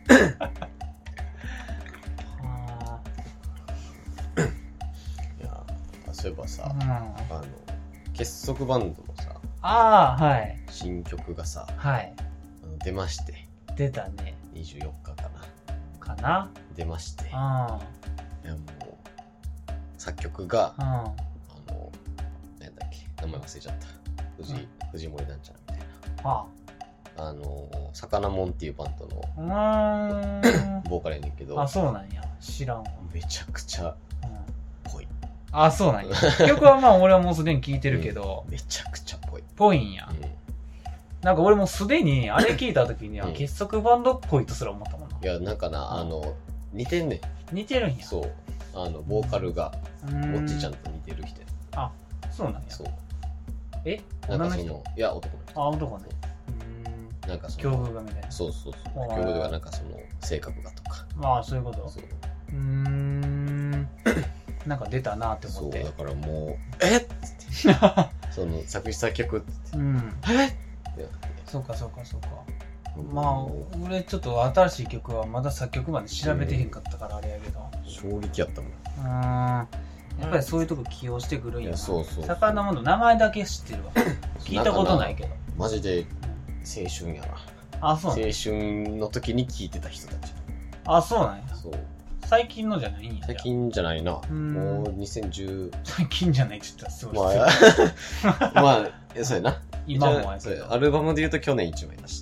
B: いや、そういえばさ、あの、結束バンドのさ、
A: ああ、はい。
B: 新曲がさ、
A: はい。
B: 出まして。
A: 出たね。
B: にじゅうよっかか
A: な。かな
B: 出まして。
A: あ
B: あ。いや、もう、作曲が、あの、なんだっけ、名前忘れちゃった。藤井、藤森なんちゃらみたいな。ああ。あの、さかなもんっていうバンドの、うん。ボーカルやねんけど。
A: あ、そうなんや。知らんわ。
B: めちゃくちゃ、ぽい。
A: あ、そうなんや。曲はまあ俺はもうすでに聴いてるけど。
B: めちゃくちゃぽい。
A: ぽいんや。なんか俺もすでに、あれ聞いた時には結束バンドっぽいとすら思ったもんな。
B: いや、なんかな、あの、似てんねん。
A: 似てるんや。
B: そう。あの、ボーカルが、もっちちゃんと似てる人や。
A: あ、そうなんや。
B: そう。
A: え
B: なんかその、いや、男の人。
A: あ、男ね。
B: うん。なんかそ
A: の、境遇がみたいな。
B: そうそうそう。境遇がなんかその、性格がとか。
A: まあ、そういうこと。そう。うーん。なんか出たなって思って。
B: そう、だからもう、えっつって。その、作詞作曲って。うん。えっ
A: そうかそうかそうか。まあ、俺ちょっと新しい曲はまだ作曲まで調べてへんかったからあれやけど。
B: 衝撃やったもん。
A: うん。やっぱりそういうとこ起用してくるんやな。
B: そうそう。
A: 魚もの名前だけ知ってるわ。聞いたことないけど。
B: マジで青春やな。
A: あ、そう。
B: 青春の時に聞いてた人たち。
A: あ、そうなんや。
B: そう。
A: 最近のじゃないんや。
B: 最近じゃないな。もうにせんじゅう。
A: 最近じゃないって言ったらすごい。
B: まあ、まあ、そうやな。
A: 今もや
B: けど。アルバムで言うと去年いちまい出したくらい。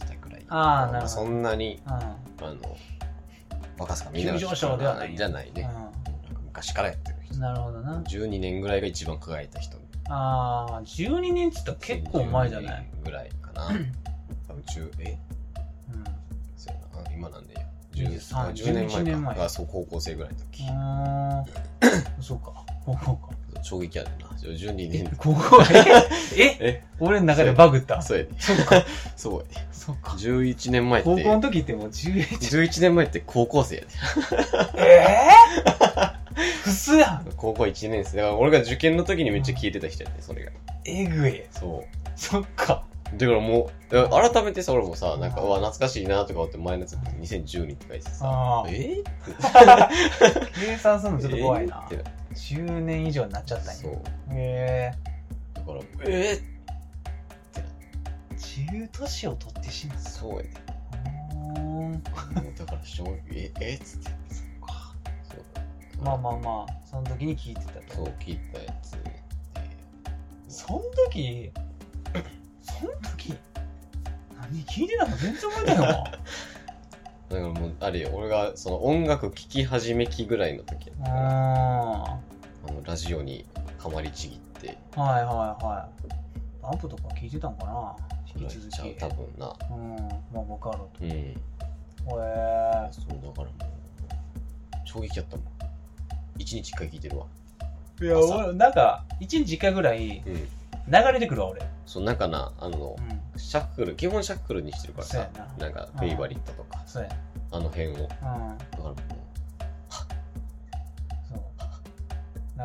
A: ああ、なるほど。
B: そんなに、
A: うん、
B: あの、若さがみんなが
A: 急上昇ではない。
B: じゃないね。うん、昔からやってる人。
A: なるほどな。
B: じゅうにねんぐらいが一番輝いた人。
A: ああ、じゅうにねんって言ったら結構前じゃない？
B: ぐらいかな。多分じゅう、えうん。そうやな。今なんでじゅうさん、じゅうねんまえか。前あ、そう、高校生ぐらいの時。
A: ああ、そうか。高校か。
B: 衝撃やでな。じゅうにねん。
A: 高校えええ俺の中でバグった。
B: そうやで。
A: そうか。
B: そうやで。
A: そうか。
B: じゅういちねんまえって。
A: 高校の時ってもうじゅういち。
B: じゅういちねんまえって高校生やで。
A: えぇ普通やん。
B: 高校いちねん生。だから俺が受験の時にめっちゃ聞いてた人やで、それが。
A: えぐい。
B: そう。
A: そっか。
B: だからもう、改めてさ、俺もさ、なんか、うわ、懐かしいなとか思って前のやつにせんじゅうにって書いてさ、え
A: 計算するのちょっと怖いな。じゅうねん以上になっちゃったんや。そう。へ
B: ぇー。だから、えぇーって
A: 中年を取ってしまう。
B: そうやね。もうだから、しょう、え、えっつって。
A: まあまあまあ、その時に聞いてたと。
B: そう、聞いたやつ。
A: その時、その時、何聞いてたの全然覚えてないわ。
B: だからもう、あれよ、俺がその音楽聴き始め期ぐらいの時やったから、あの、ラジオにハマりちぎって。
A: はいはいはい。バンプとか聞いてたんかな引き続き。
B: 多分な。
A: うん、まあ分かると。
B: うん。へ
A: え
B: ー。そう、だからもう、衝撃やったもん。一日一回聞いてるわ。
A: いや、俺、なんか、一日一回ぐらい、流れてくるわ、俺。
B: そう、なんかな、あの、うん、シャッフル、基本シャッフルにしてるからさ、な, なんか、フェイバリットとか、
A: そうや
B: あの辺を。うん。だからもう、
A: そう。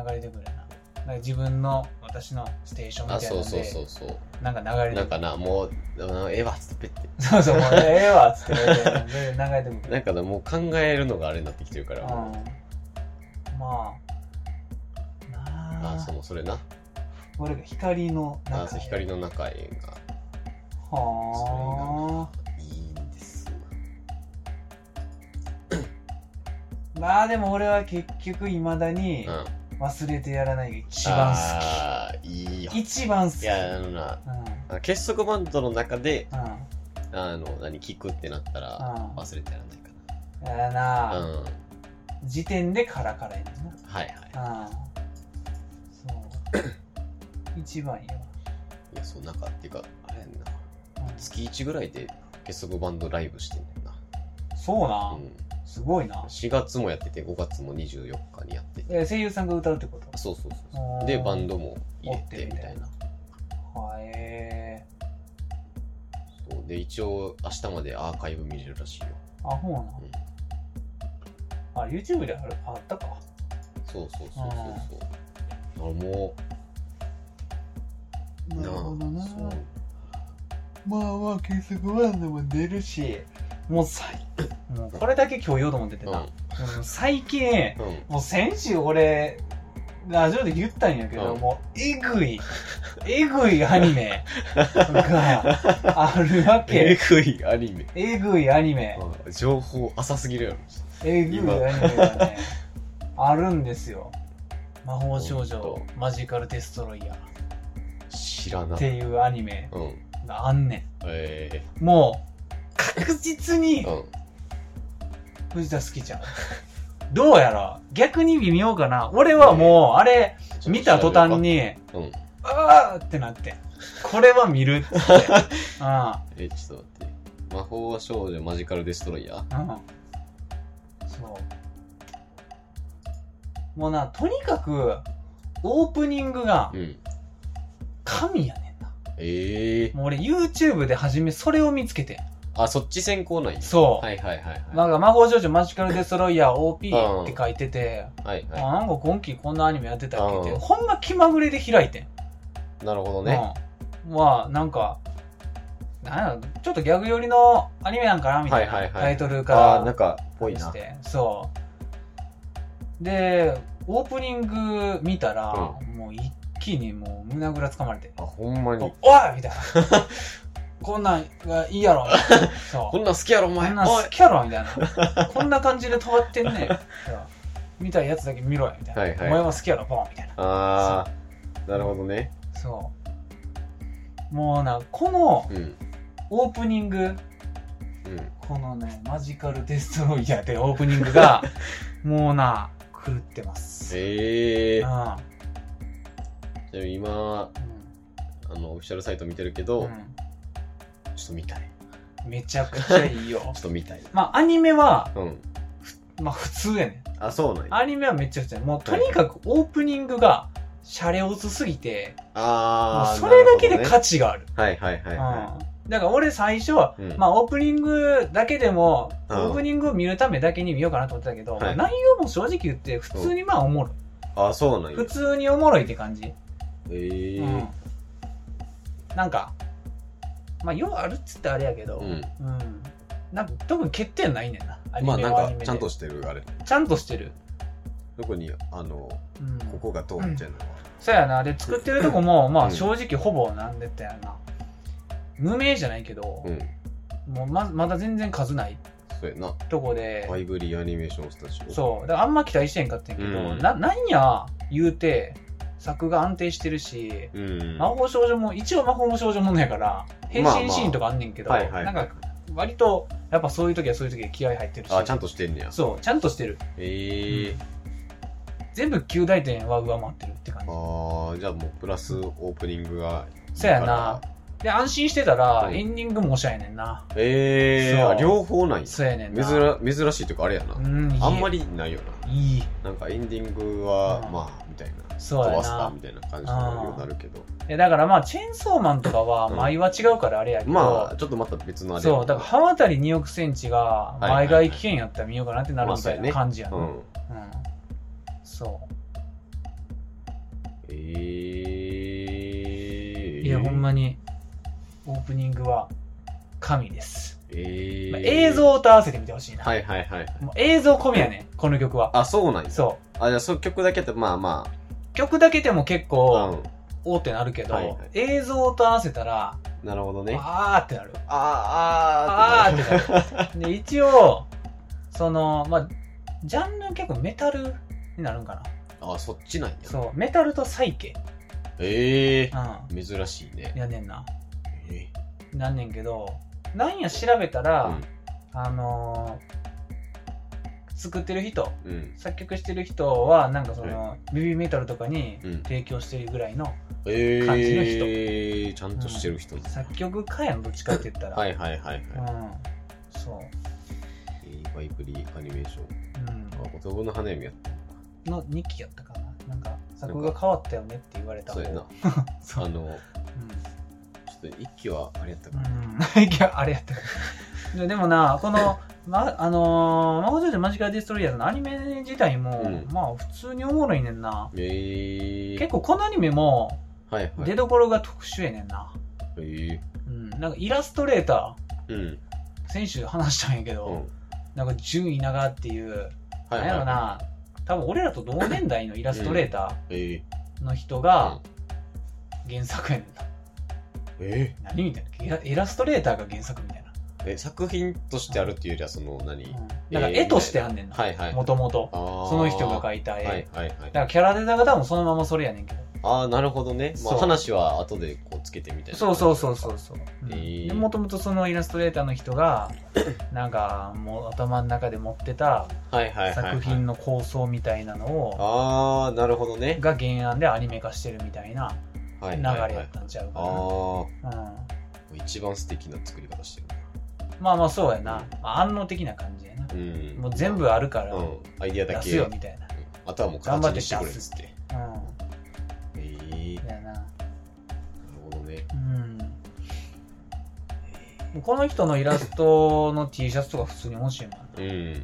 A: 流れてくるな。なんか自分の、私のステーションみたいなので、あ、そうそうそうそう。なんか流れてくる。
B: なんかな、もう、ええわっつってペッて。
A: そうそう、もう、ええわっつって流れてくる。
B: なんかな、もう考えるのがあれになってきてるから。うん、
A: まあ。
B: ああ、そう、それな。
A: これが光の中へ。
B: ああ、そう、光の中へ
A: が。は
B: あ。いいんです。
A: まあでも俺は結局いまだに忘れてやらないが一番好き。あ
B: あ、いいよ。
A: 一番好き。
B: いや、あのな、うん、結束バンドの中で、うん、あの、何、聞くってなったら忘れてやらないかな。
A: やな、うん、時点でカラカラやねんな。
B: はいはい。
A: 一番いいわ。
B: いや、そう、なんか、っていうか、あれやんな。うん、月いちぐらいで結束バンドライブしてんねんな。
A: そうな、うん、すごいな。
B: しがつもやってて、ごがつもにじゅうよっかにやってて。
A: え、声優さんが歌うってこと？
B: そうそうそう。で、バンドも入れて、みたいな。
A: はえ
B: ー。そう。で、一応、明日までアーカイブ見れるらしいよ。
A: あ、そうなの、うん、あ、YouTube であるあったか。
B: そうそうそうそうそう。も
A: うなるほどな。まあまあ結束バンドも出るし、もう最もうこれだけ今日言おうと思っててな、うん、最近、うん、もう先週俺ラジオで言ったんやけど、うん、もうえぐいえぐいアニメがあるわけ。
B: えぐいアニメ
A: えぐいアニメ、
B: うん、情報浅すぎるやろ。
A: えぐいアニメがねあるんですよ。魔法少女マジカルデストロイヤー
B: 知らない
A: っていうアニメがあんねん、
B: え
A: ー、もう確実に、うん、藤田好きちゃう。どうやら逆に微妙かな。俺はもうあれ見た途端に、うん、あーってなってこれは見るってあ
B: えちょっと待って、魔法少女マジカルデストロイヤー、うん、
A: そうもうな、とにかくオープニングが神やねんな。
B: ええー。
A: もう俺 YouTube で初めそれを見つけて。
B: あ、そっち先行なんや。
A: そう。
B: はいはいはい、はい。
A: なんか魔法少女マジカルデストロイヤー オーピー って書いてて、
B: うん、はいはい。
A: あ、なんか今期こんなアニメやってたっけって、ほんま気まぐれで開いてん。
B: なるほどね。
A: うん。まあなんか、なんやろ、ちょっとギャグ寄りのアニメなんかなみたいな、はいはいはい、タイトルから。
B: あ、なんかぽいな。
A: そう。で、オープニング見たら、うん、もう一気にもう胸ぐらつかまれて。
B: あ、ほんまに。
A: おいみたいな。こんなんがいいやろ。
B: そう。こんなん好きやろ、お前。
A: こんなん好きやろ、みたいな。こんな感じで尖ってんねん。見たいやつだけ見ろよ、みたいな。はいはい、お前は好きやろ、ポンみたいな。
B: あー、なるほどね。
A: そう。もうな、この、オープニング
B: うん、
A: このねマジカルデストロイヤーってオープニングがもうな狂ってます。
B: ええー。
A: うん、
B: じゃあ今、うん、あのオフィシャルサイト見てるけど、うん、ちょっと見たい。
A: めちゃくちゃいいよ。
B: ちょっと見たい。
A: まあアニメは、
B: うん、
A: まあ普通やねん。
B: あ、そうなんや。
A: アニメはめちゃくちゃもうとにかくオープニングがシャレオツすぎて、
B: ああ、
A: それだけで価値がある。
B: はいはいはいはい。
A: うん、だから俺最初は、うん、まあオープニングだけでも、オープニングを見るためだけに見ようかなと思ってたけど、はい、まあ、内容も正直言って普通にまあおもろい。
B: ああ、そうなんや。
A: 普通におもろいって感じ。
B: へえー。うん。
A: なんか、まあようあるっつってあれやけど、うん。うん、なんか特に欠点ないねんな。アニメはアニメで。
B: まあなんかちゃんとしてるあれ。
A: ちゃんとしてる。
B: 特にあの、うん、ここがどうみたいなのは。
A: そうやな。で作ってるとこもまあ正直ほぼなんでったやな。無名じゃないけど、うん、もう ま, まだ全然数ない
B: そうやな
A: とこで
B: ファイブリーアニメーションスタジオ
A: そうだからあんま期待してんかったんやけど、うん、ななんや言うて作が安定してるし、うん、魔法少女も一応魔法少女ものやから変身シーンとかあんねんけど、まあまあはいはい、なんか割とやっぱそういう時はそういう時で気合入ってるし
B: あちゃんとしてんねや
A: そうちゃんとしてる
B: へえーうん、
A: 全部きゅう大点は上回ってるって感じ
B: ああじゃあもうプラスオープニングが
A: そうやなで安心してたら、うん、エンディングもおしゃれねんな
B: ええー、両方ない
A: そうやねんな
B: 珍珍しいというかあれやな、うん、あんまりないよないいなんかエンディングは、うん、まあみたいな
A: そうやな
B: 飛ばすかみたいな感じのようになるけど
A: いやだからまあチェーンソーマンとかは前は違うからあれやけど、うん、
B: まあちょっとまた別のあれ
A: そうだから刃渡りにおくセンチが前外危険やったら見ようかなってなるみたいな感じやな、まあねうんうん、そうえー、いやほんまにオープニングは神です。えーまあ、映像と合わせてみてほしいな。
B: はいはいはい。
A: もう映像込みやねこの曲は。
B: あ、そうなんや。
A: そう。
B: あ、じゃあその曲だけってまあまあ。
A: 曲だけでも結構、おーってなるけど、はいはい、映像と合わせたら、
B: なるほどね。
A: あーってなる。
B: あー、あ
A: ーってなる。あーってなる。で、一応、その、まあ、ジャンル結構メタルになるんかな。
B: あ、そっちなんや。
A: そう。メタルとサイケ。
B: ええー。うん。珍しいね。
A: やねんな。なんねんけどなんや調べたら、うん、あのー、作ってる人、うん、作曲してる人はなんかその、うん、ベビーメタルとかに提供してるぐらいの感じの人、え
B: ー、ちゃんとしてる人、うん、
A: 作曲家やんどっちかって言ったら
B: はいはいはいはい、うん、
A: そう
B: ファイブリーアニメーション、うん、あ男の花嫁やった
A: のにきやったかななんか作が変わったよねって言われた
B: そうやなそうあの、うん一期はあれやったかな、
A: うん、一期はあれやったかなでもなこの、ま、あのー、魔法少女マジカルデストロイヤーズのアニメ自体も、うん、まあ普通におもろいねんな、えー、結構このアニメも出どころが特殊やねんな、はいはい、うん、なんかイラストレーター、うん、先週話したんやけど、うん、なんか純稲川っていう、はいはい、なんやろな多分俺らと同年代のイラストレーターの人が原作やねんな、
B: えー、
A: 何みたいなイラストレーターが原作みたいな
B: え作品としてあるっていうよりはその何、うん、
A: なんか絵としてあんねんなもともとその人が描いた絵、はいはいはい、だからキャラデザが多分そのままそれやねんけど
B: ああなるほどね、まあ、話は後でこうつけてみたいな
A: そうそうそうそうそうもともとそのイラストレーターの人がなんかもう頭の中で持ってた作品の構想みたいなのを
B: ああなるほどね
A: が原案でアニメ化してるみたいな流れやったんちゃうかな、はいはいはい、あ、
B: うん、一番素敵な作り方してる
A: まあまあそうやな、まあ、安納的な感じやな、うん、もう全部あるから、うん、
B: アイディアだけ
A: 出すよみたいな、
B: うん、あとはもう形にしてくれっつって
A: うんええー、やななる
B: ほどね
A: うんこの人のイラストの T シャツとか普通に欲しいもんなうん、うん、い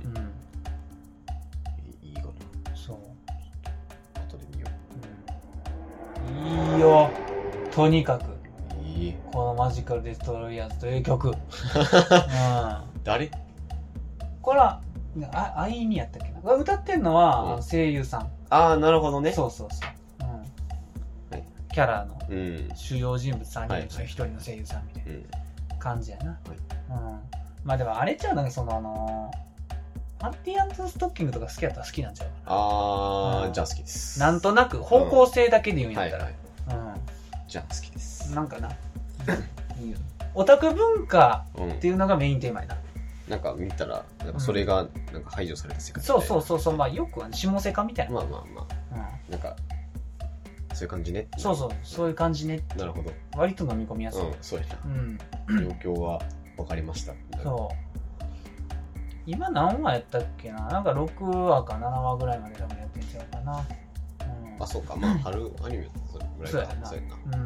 B: いかな
A: そう
B: 後で見よ
A: う、うん、いいよとにかくいいこのマジカルデストロイヤーズという曲、うん、
B: 誰
A: これはああいみやったっけな歌ってんのは、うん、声優さん
B: ああなるほどね
A: そうそうそう、うんはい、キャラの主要人物さんにんのひとりの声優さんみたいな感じやな、はいうん、まあでもあれちゃうなんかそのあのパンティー&ストッキングとか好きやったら好きなんちゃうかな
B: あー、うん、じゃあ好きです
A: なんとなく方向性だけで言うんやったら、
B: うんはいはいうん、じゃあ好きです
A: なんかないいよオタク文化っていうのがメインテーマやな、
B: なんか見たらなんかそれがなんか排除された世界、
A: そうそうそうそう、まあよくは下セカみたいな、
B: まあまあまあ、うん、なんかそういう感じね。
A: そうそうそういう感じね。
B: なるほど。
A: 割と飲み込みやすい。
B: うん、そうやな。
A: うん。
B: 状況は分かりました。
A: そう。今何話やったっけな、なんかろくわかななわぐらいまで多分やってんちゃうかな。
B: うん、あ、そうか、まあ春アニメそれぐらいか。
A: そうやな。うん。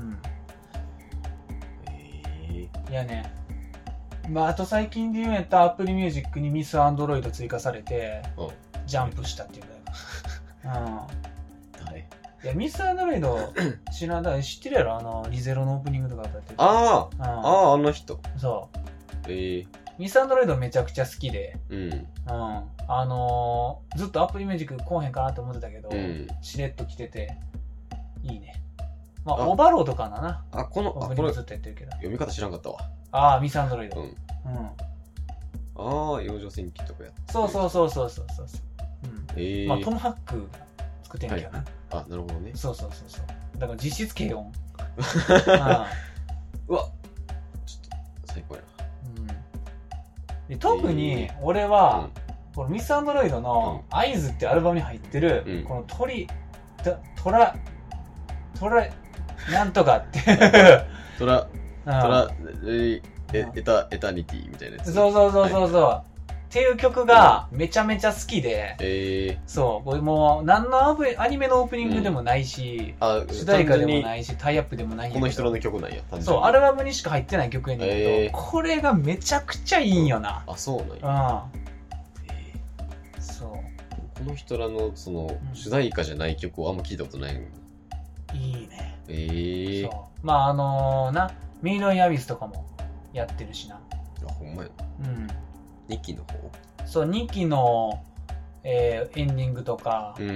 B: え
A: ー、いやね。まああと最近で言うんやったらアップルミュージックにミスアンドロイド追加されて、うん、ジャンプしたっていうぐらい。うん。
B: 誰？
A: いやミスアンドロイド知らない、知ってるやろ、あのリゼロのオープニングとか歌ってる。
B: ああ、ああ、あの人。
A: そう。
B: ええー。
A: ミスアンドロイドめちゃくちゃ好きで、
B: うん、うん、
A: あのー、ずっとアップルミュージック来おへんかなって思ってたけど、うん、しれっと来てていいね。まあオバローとかだな。
B: あ、この
A: オープニングずっとやってるけど。
B: 読み方知らんかったわ。
A: ああ、ミスアンドロイド。うん。うん、
B: ああ、養生戦記とかやって。
A: そうそうそうそうそうそう。うん。
B: えー、
A: まあトムハック作ってんけどな。はい、
B: あ、なるほどね。
A: そうそうそうそう。だから実質軽音。
B: あうわ、ちょっと最高やな。
A: で特に俺は、うん、このミスアンドロイドの「アイズ」ってアルバムに入ってる、うん、この鳥トラトラなんとかって
B: トラトラエエタエタニティみたいなやつ。
A: そうそうそうそうそう、はい、っていう曲がめちゃめちゃ好きで、
B: えー、
A: そうこれもう何のアニメのオープニングでもないし、うん、主題歌でもないしタイアップでもないんやけど、
B: この人の曲なんや。
A: そうアルバムにしか入ってない曲やねんけど、えー、これがめちゃくちゃいいんよな。
B: あ、そうなんや。
A: うん、えー、そう
B: この人らのその主題歌じゃない曲をあんま聞いたことない。
A: いいね。
B: えー、
A: そうまああのー、なミードインアビスとかもやってるしな。
B: あ、ほんまや。
A: うん
B: にきの方。
A: そうにきの、えー、エンディングとか、
B: うん、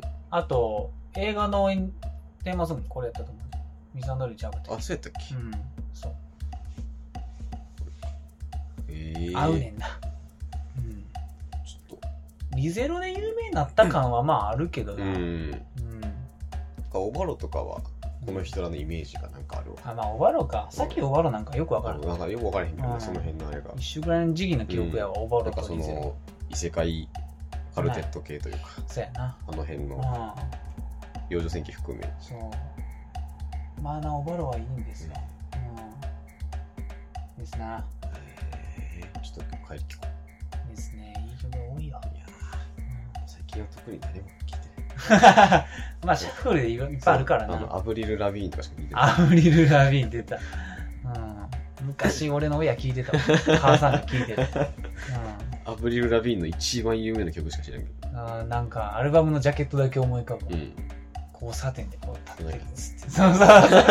A: あと映画のエンテーマソングこれやったと思う。ミスアンドロイドちゃうかった。
B: あ、そうやったっけ。
A: うん、そう。
B: えー、
A: 合うねんな。うん。
B: ちょっと
A: リゼロで有名になった感はまああるけどな。
B: うん。うん。オバロとかはこの人らのイメージがなんかあるわ。
A: あ、まあオバロか。さっきオバロなんかよくわかる。
B: なんかよくわからへんけど、うん、その辺のあれが。
A: 一週ぐらいの時期の記録やわ、うん、オバロとリゼロ。
B: なんかその異世界カルテット系というか。
A: そうやな。
B: あの辺の幼女戦記含め。
A: そう。まあな、オバロはいいんですよ。うん。ですな。
B: えー、ちょっと帰り聞こ
A: う。ですね。いい曲が多いよ。いや、
B: うん、最近は特に何も聞いてない。
A: まあシャッフルでいっぱいあるからな。
B: あのアブリル・ラビーンとかしか聞いてない。
A: アブリル・ラビーン出た。うん、昔俺の親聞いてたわ。母さんが聞いてた。うん、
B: アブリル・ラビーンの一番有名な曲しか知らんけど。
A: あ、なんかアルバムのジャケットだけ思い浮かぶ。うん、交差点でこう立ってるっつって。そうそう。うん。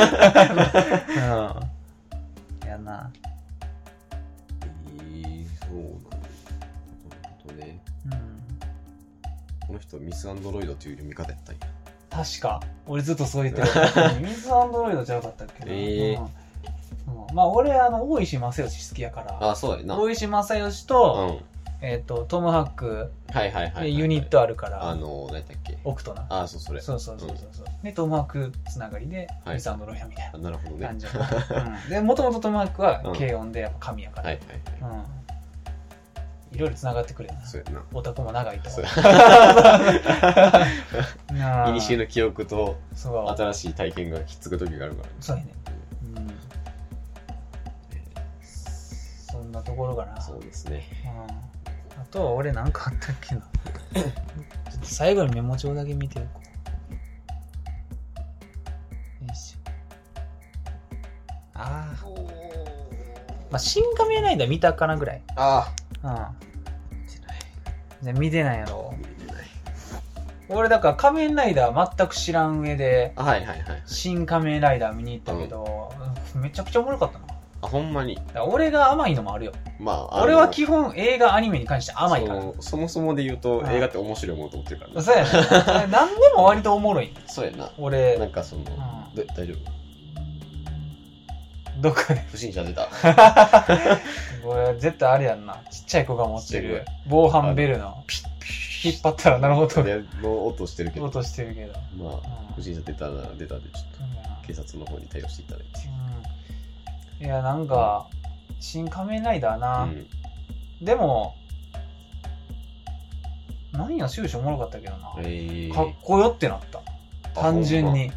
A: やな。
B: えー、そうなんだ。なるほどね。うん。この人ミスアンドロイドという読み方やったんや。
A: 確か俺ずっとそう言ってる。ミスアンドロイドじゃなかったっけな。えーうんうん、まあ俺あの大石正義好きやから。
B: あ、そうやな。
A: 大石正義と、うん、えっ、ー、とトムハック、
B: はいはいはい、はい、
A: ユニットあるから。
B: あの何やったっけ。
A: オクトな。
B: あ、そうそれ。
A: そうそうそうそうそう、うん。でトムハックつながりで、はい、ミスアンドロイドみたいな。
B: なるほどね。
A: 感じ、うん、でもともとトムハックは軽音でやっぱ神やから。
B: はいはいはい。うん。
A: いろいろ繋がってくるよな。
B: そうやな。
A: オタクも長いと。
B: そうや。いにしえの記憶と新しい体験がひっつく時があるから、ね。
A: そうやね。うん。そんなところかな。
B: そうですね。
A: うん。あとは俺なんかあったっけな。ちょっと最後にメモ帳だけ見ておこう。よいしょ。ああ。まあ、新仮面ライダー見たかなぐらい。
B: あ
A: あ。うん。じゃ見てないやろ。見てない。俺だから仮面ライダー全く知らん上で、
B: はいはいはい。
A: 新仮面ライダー見に行ったけど、うん、めちゃくちゃおもろかったな。
B: あ、ほんまに。
A: 俺が甘いのもあるよ。
B: まあ、
A: 俺は基本映画アニメに関して甘いから。
B: そ, そもそもで言うと映画って面白いものと思ってるから
A: ね。そうやな。何でも割とおもろい。
B: そうやな。
A: 俺。
B: なんかその、うん、大丈夫？
A: どっかで
B: 不審者出た。
A: これ絶対あれやんな。ちっちゃい子が持ってる防犯ベルのピッピッ引っ張ったらなるほど
B: の音してるけど。
A: 音してるけど。
B: まあ、うん、不審者出たなら出たでちょっと警察の方に対応していただいて。
A: うん、いやなんか、うん、新仮面ライダーな、うん、 でもなんや終始おもろかったけどな、
B: えー、
A: かっこよってなった単純に、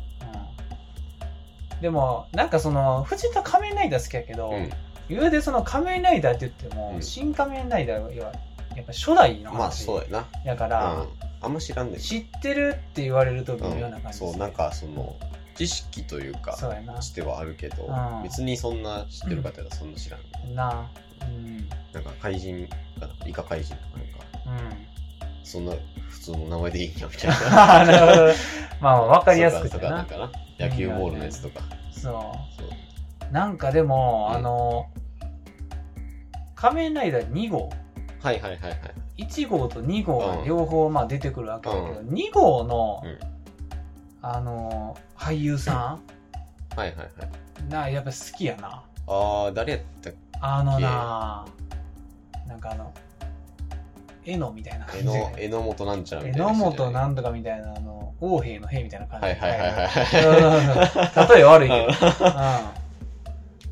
A: うん、でもなんかその藤田仮面ライダー好きやけど、うん、言うてその仮面ライダーって言っても、うん、新仮面ライダーはやっぱ初代の話、
B: まあそうやな
A: やから、うん、
B: あんま知らんねん。
A: 知ってるって言われると微妙な感じ、
B: うん、そうなんかその知識というか
A: そうやな
B: してはあるけど、うん、別にそんな知ってる方はそんな知らん、
A: うん、な、うん、
B: なんか怪人かなイカ怪人とかなんか、うん、そんな普通の名前でいいんやみたいな
A: なるほどまあ分かりやすくてな
B: なんかな野球ボールのやつとか、
A: そうそうなんかでも、うん、あの仮面ライダーに号
B: はいはいはいはい
A: いち号とに号が両方まあ出てくるわけだけど、うん、に号の、うん、あの俳優さん
B: はいはいはい
A: なやっぱ好きやな。
B: あー誰やったっけ。
A: あのななんかあのえのみたいな感じで
B: えの元なんちゃらみた
A: いなえの元なんとかみたいなあの王兵の兵みたいな感じで
B: はいはいはいはい
A: 例え悪いけど、うん、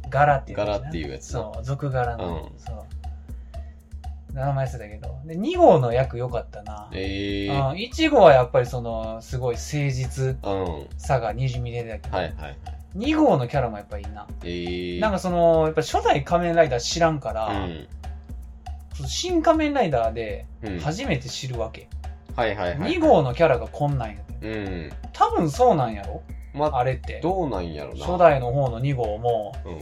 A: 柄っていう
B: 柄っていうやつ
A: そう俗柄の、うん、そう名前してたけどでに号の役良かったな、
B: えー
A: うん、いち号はやっぱりそのすごい誠実さがにじみ出てたけど、
B: はいはいはい
A: に号のキャラもやっぱいいな、
B: えー、
A: なんかそのやっぱ初代仮面ライダー知らんから、うん、新仮面ライダーで初めて知るわけ、
B: うん、はいはいはい、はい、
A: に号のキャラがこんなんやで、うん、多分そうなんやろ、まあ、あれって
B: どうなんやろな
A: 初代の方のに号も、うん、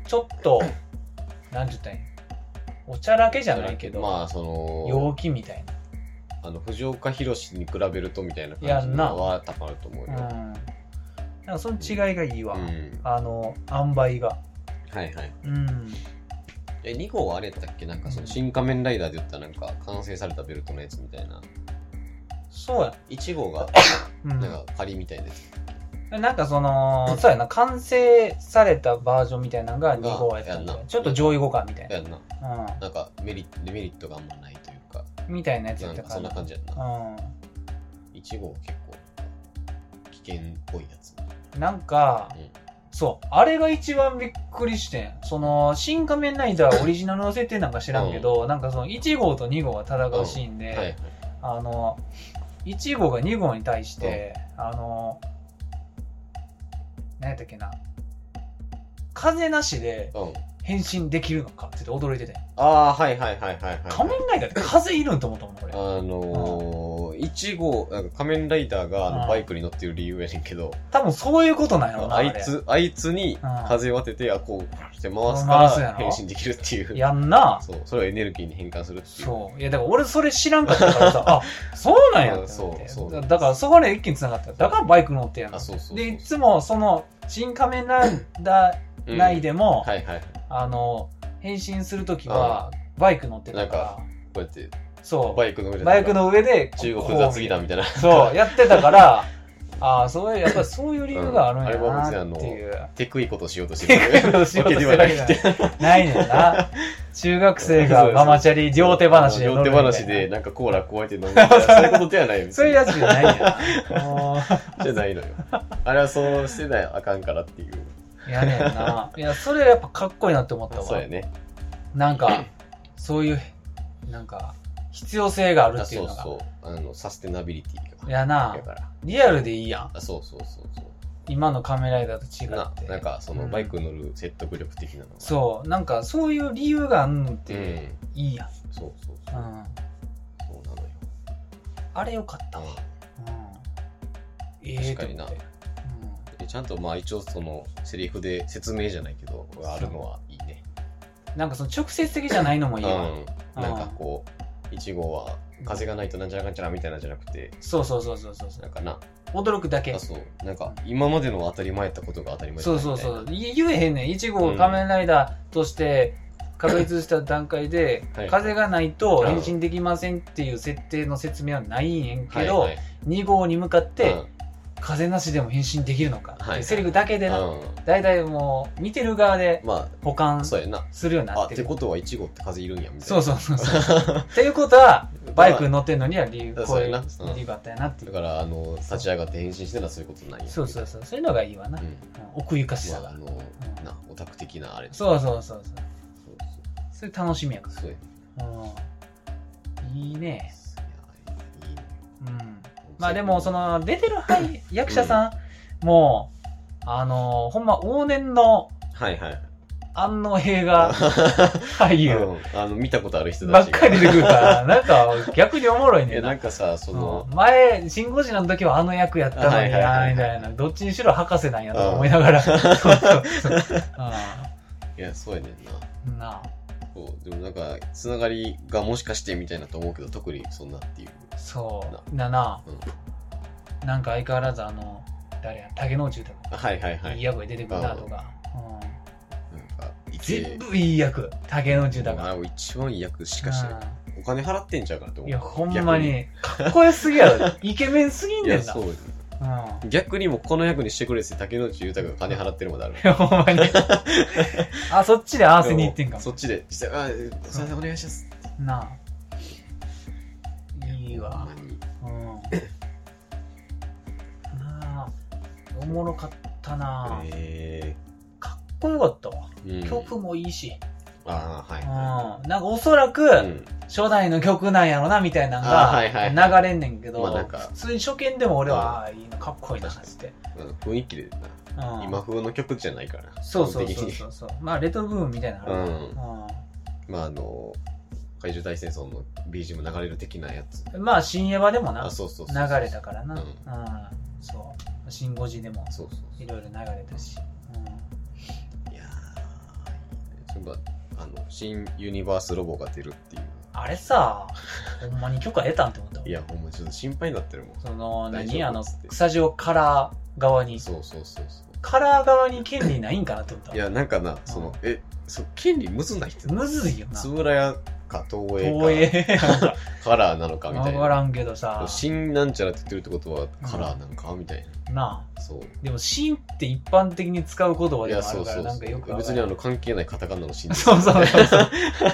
A: ちょっとなんて言ったらいいおちゃらけじゃないけど、
B: まあその
A: 陽気みたいな
B: あの藤岡弘に比べるとみたいな感じのは多分あると思うよ、うん、なん
A: かその違いがいいわ、うん、あの塩梅が
B: はいはい、
A: うん、
B: えに号はあれやったっけなんかその新仮面ライダーで言ったらなんか完成されたベルトのやつみたいな
A: そうや
B: いち号がなんか仮みたいなやつ、
A: うん、なんかそのそうやな完成されたバージョンみたいなのがに号やったんでちょっと上位互換みたいな
B: やんな、うん、なんかメリデメリットがあんまないというか
A: みたいなやつやったから
B: そんな感じやんな、うん、いち号結構危険っぽいやつ
A: なんか、うん、そうあれが一番びっくりしてんその新仮面ライダーオリジナルの設定なんか知らんけど、うん、なんかそのいち号とに号が戦うシーンで、うんはいはい、あのいち号がに号に対して、うん、あの何やったっけな風なしで変身できるのかって驚いてて、
B: ああはいはいはいはいはい
A: 仮面ライダーって風いるんと思ったもんこれ
B: あのーうん、いち号なんか仮面ライダーがあのバイクに乗ってる理由やねんけど、うん、
A: 多分そういうことなんやろな
B: あいつあいつに風を当てて、うん、あこうして回すから変身できるっていう
A: やんな
B: そうそれをエネルギーに変換するっていう
A: そういやだから俺それ知らんかったからさあそうなんやってそうそうだからそこで一気に繋がっただからバイク乗ってやんあそうそうそうでいつもその新仮面ライダー内でも、うん、はいはいあの変身するときはバイク乗ってたから、
B: こうやって
A: そう
B: バイクの上で
A: バイクの上で
B: 中国雑技団みたいな
A: そうやってたからああそういうやっぱりそういう理由があるんやなっていう、うん、あれは別にあの
B: テクいことしようとしてる
A: テクいことしようとしてるわけじゃないねんな中学生がママチャリ両手話で
B: 両手話でなんかコーラこうやって飲むみたいなそういうことではないよ
A: そういうやつじゃないんや
B: なじゃないのよあれはそうしてないあかんからっていう
A: いやねんないやそれやっぱかっこいいなって思ったわ
B: そうやね
A: なんかそういうなんか必要性があるっていうのが
B: そうそうあのサステナビリティが
A: いやなリアルでいいやん
B: あそうそうそうそう
A: 今のカメライダーと違って
B: な, なんかその、うん、バイク乗る説得力的なのが
A: そうなんかそういう理由があるのっていいやん、うん、
B: そうそうそう、うん、そうなのよ
A: あれよかったわ、うんうん、
B: ええー、確かになちゃんとまあ一応そのセリフで説明じゃないけどあるのはいいね
A: なんかその直接的じゃないのもいいわ、
B: うん、なんかこういち号は風がないとなんちゃらかんちゃらみたいなんじゃなくて
A: そうそうそうそうそう
B: なんかな
A: 驚くだけ
B: あそうなんか今までの当たり前やったことが当たり前だったみたいな
A: そうそうそう言えへんねんいち号仮面ライダーとして確立した段階で、うん、風がないと変身できませんっていう設定の説明はないんやんけど、はいはい、に号に向かって、うん風なしでも変身できるのか、はい、セリフだけでな、うん、だいたいもう見てる側で保管するようになってる、
B: あってことはいち号って風いるんやみたいな
A: そうそうそうそうっていうことはバイクに乗ってるのには理由こういう理由があったやなっていう
B: だからあの立ち上がって変身してるのはそういうことないや
A: そうそうそうそういうのがいいわな、うん、奥ゆかしさが、
B: まあ、あの、うん、なオタク的なあれ
A: そうそうそうそうそれ楽しみやから。
B: そうや。
A: うん。いいね。
B: いや、いいね。
A: うん。まあでも、その、出てる俳役者さんも、あのー、ほんま往年の、
B: はいはい。
A: あの映画俳優、
B: うん、あの、見たことある人
A: ばっ
B: たちが。
A: かり出てくるから、なんか逆におもろいね
B: いや、
A: んな。
B: なんかさ、その、
A: うん前、シンゴジラの時はあの役やったのにな、
B: はいはいはいはい
A: みたいな。どっちにしろ博士なんやと思いながら。そうそうそう
B: いや、そうやねんな。
A: うんなあ
B: そう、でもなんか、つながりがもしかしてみたいなと思うけど、特にそんなっていう。
A: そう。なな、
B: うん、
A: なんか相変わらずあの、誰や、竹野内豊
B: あはいはいはい。
A: いい役が出てくるなとか。
B: なんか、
A: 全部いい役、竹野内豊
B: あ一番いい役しかしてない。お金払ってんちゃうかなって思う。
A: いや、ほんまに、かっこよすぎやろ。イケメンすぎん
B: いや、
A: ねんな。
B: そうよ。
A: うん。
B: 逆にもうこの役にしてくれって竹野内豊が金払ってるまである。
A: いや、ほんまに。あ、そっちで合わせに行ってんかも。
B: そっちで、実際、あ、すいません、お願いします。
A: なあ。いいわ。
B: ほんまに
A: うん。なあ。おもろかったな。
B: へ
A: かっこよかったわ。
B: ーうん
A: 曲もいいし。
B: ああ、はい。
A: うん。なんかおそらく、
B: うん
A: 初代の曲なんやろな、みたいなの
B: あはいはいは
A: が流れんねんけど、
B: まあなんか
A: 普通に初見でも俺は、ああ、いいな、かっこいいな、って。
B: 雰囲気でな、
A: うん
B: 今風の曲じゃないからな。
A: そうそう
B: 基本的に
A: そうそうそう。まあ、レトロブームみたいなのあるから。
B: うんまああの、怪獣大戦争の ビージーエム 流れる的なやつ。
A: うんまあ、新エヴァでもな、
B: あ、そうそう
A: 流
B: そう。
A: れたからな。
B: う
A: うんん。そう。シンゴジでも、
B: そうそう
A: いろいろ流れたし。うん
B: いやー、そういえば、あの、新ユニバースロボが出るっていう。
A: あれさ、ほんまに許可得たんって思ったわ
B: いや、ほんまちょっと心配になってるもん。
A: その、
B: 大丈夫
A: 何あの、
B: つって
A: スタジオカラー側に、
B: そうそうそうそ
A: カラー側に権利ないんかなって思った
B: う。いや、なんかな、その、え、そう、権利むずないって。
A: むずいよな。
B: つぶらやか東映
A: 東映
B: か、カラーなのかみたいな。
A: わからんけどさ、
B: 新なんちゃらって言ってるってことは、カラーなんかみたいな。
A: なあ。
B: そう。
A: でも、新って一般的に使う言葉
B: いや、
A: でもあるから、
B: そうそう
A: なんかよくわか
B: 別
A: らん
B: にあの関係ないカタカナの新です
A: そうそうそうそう。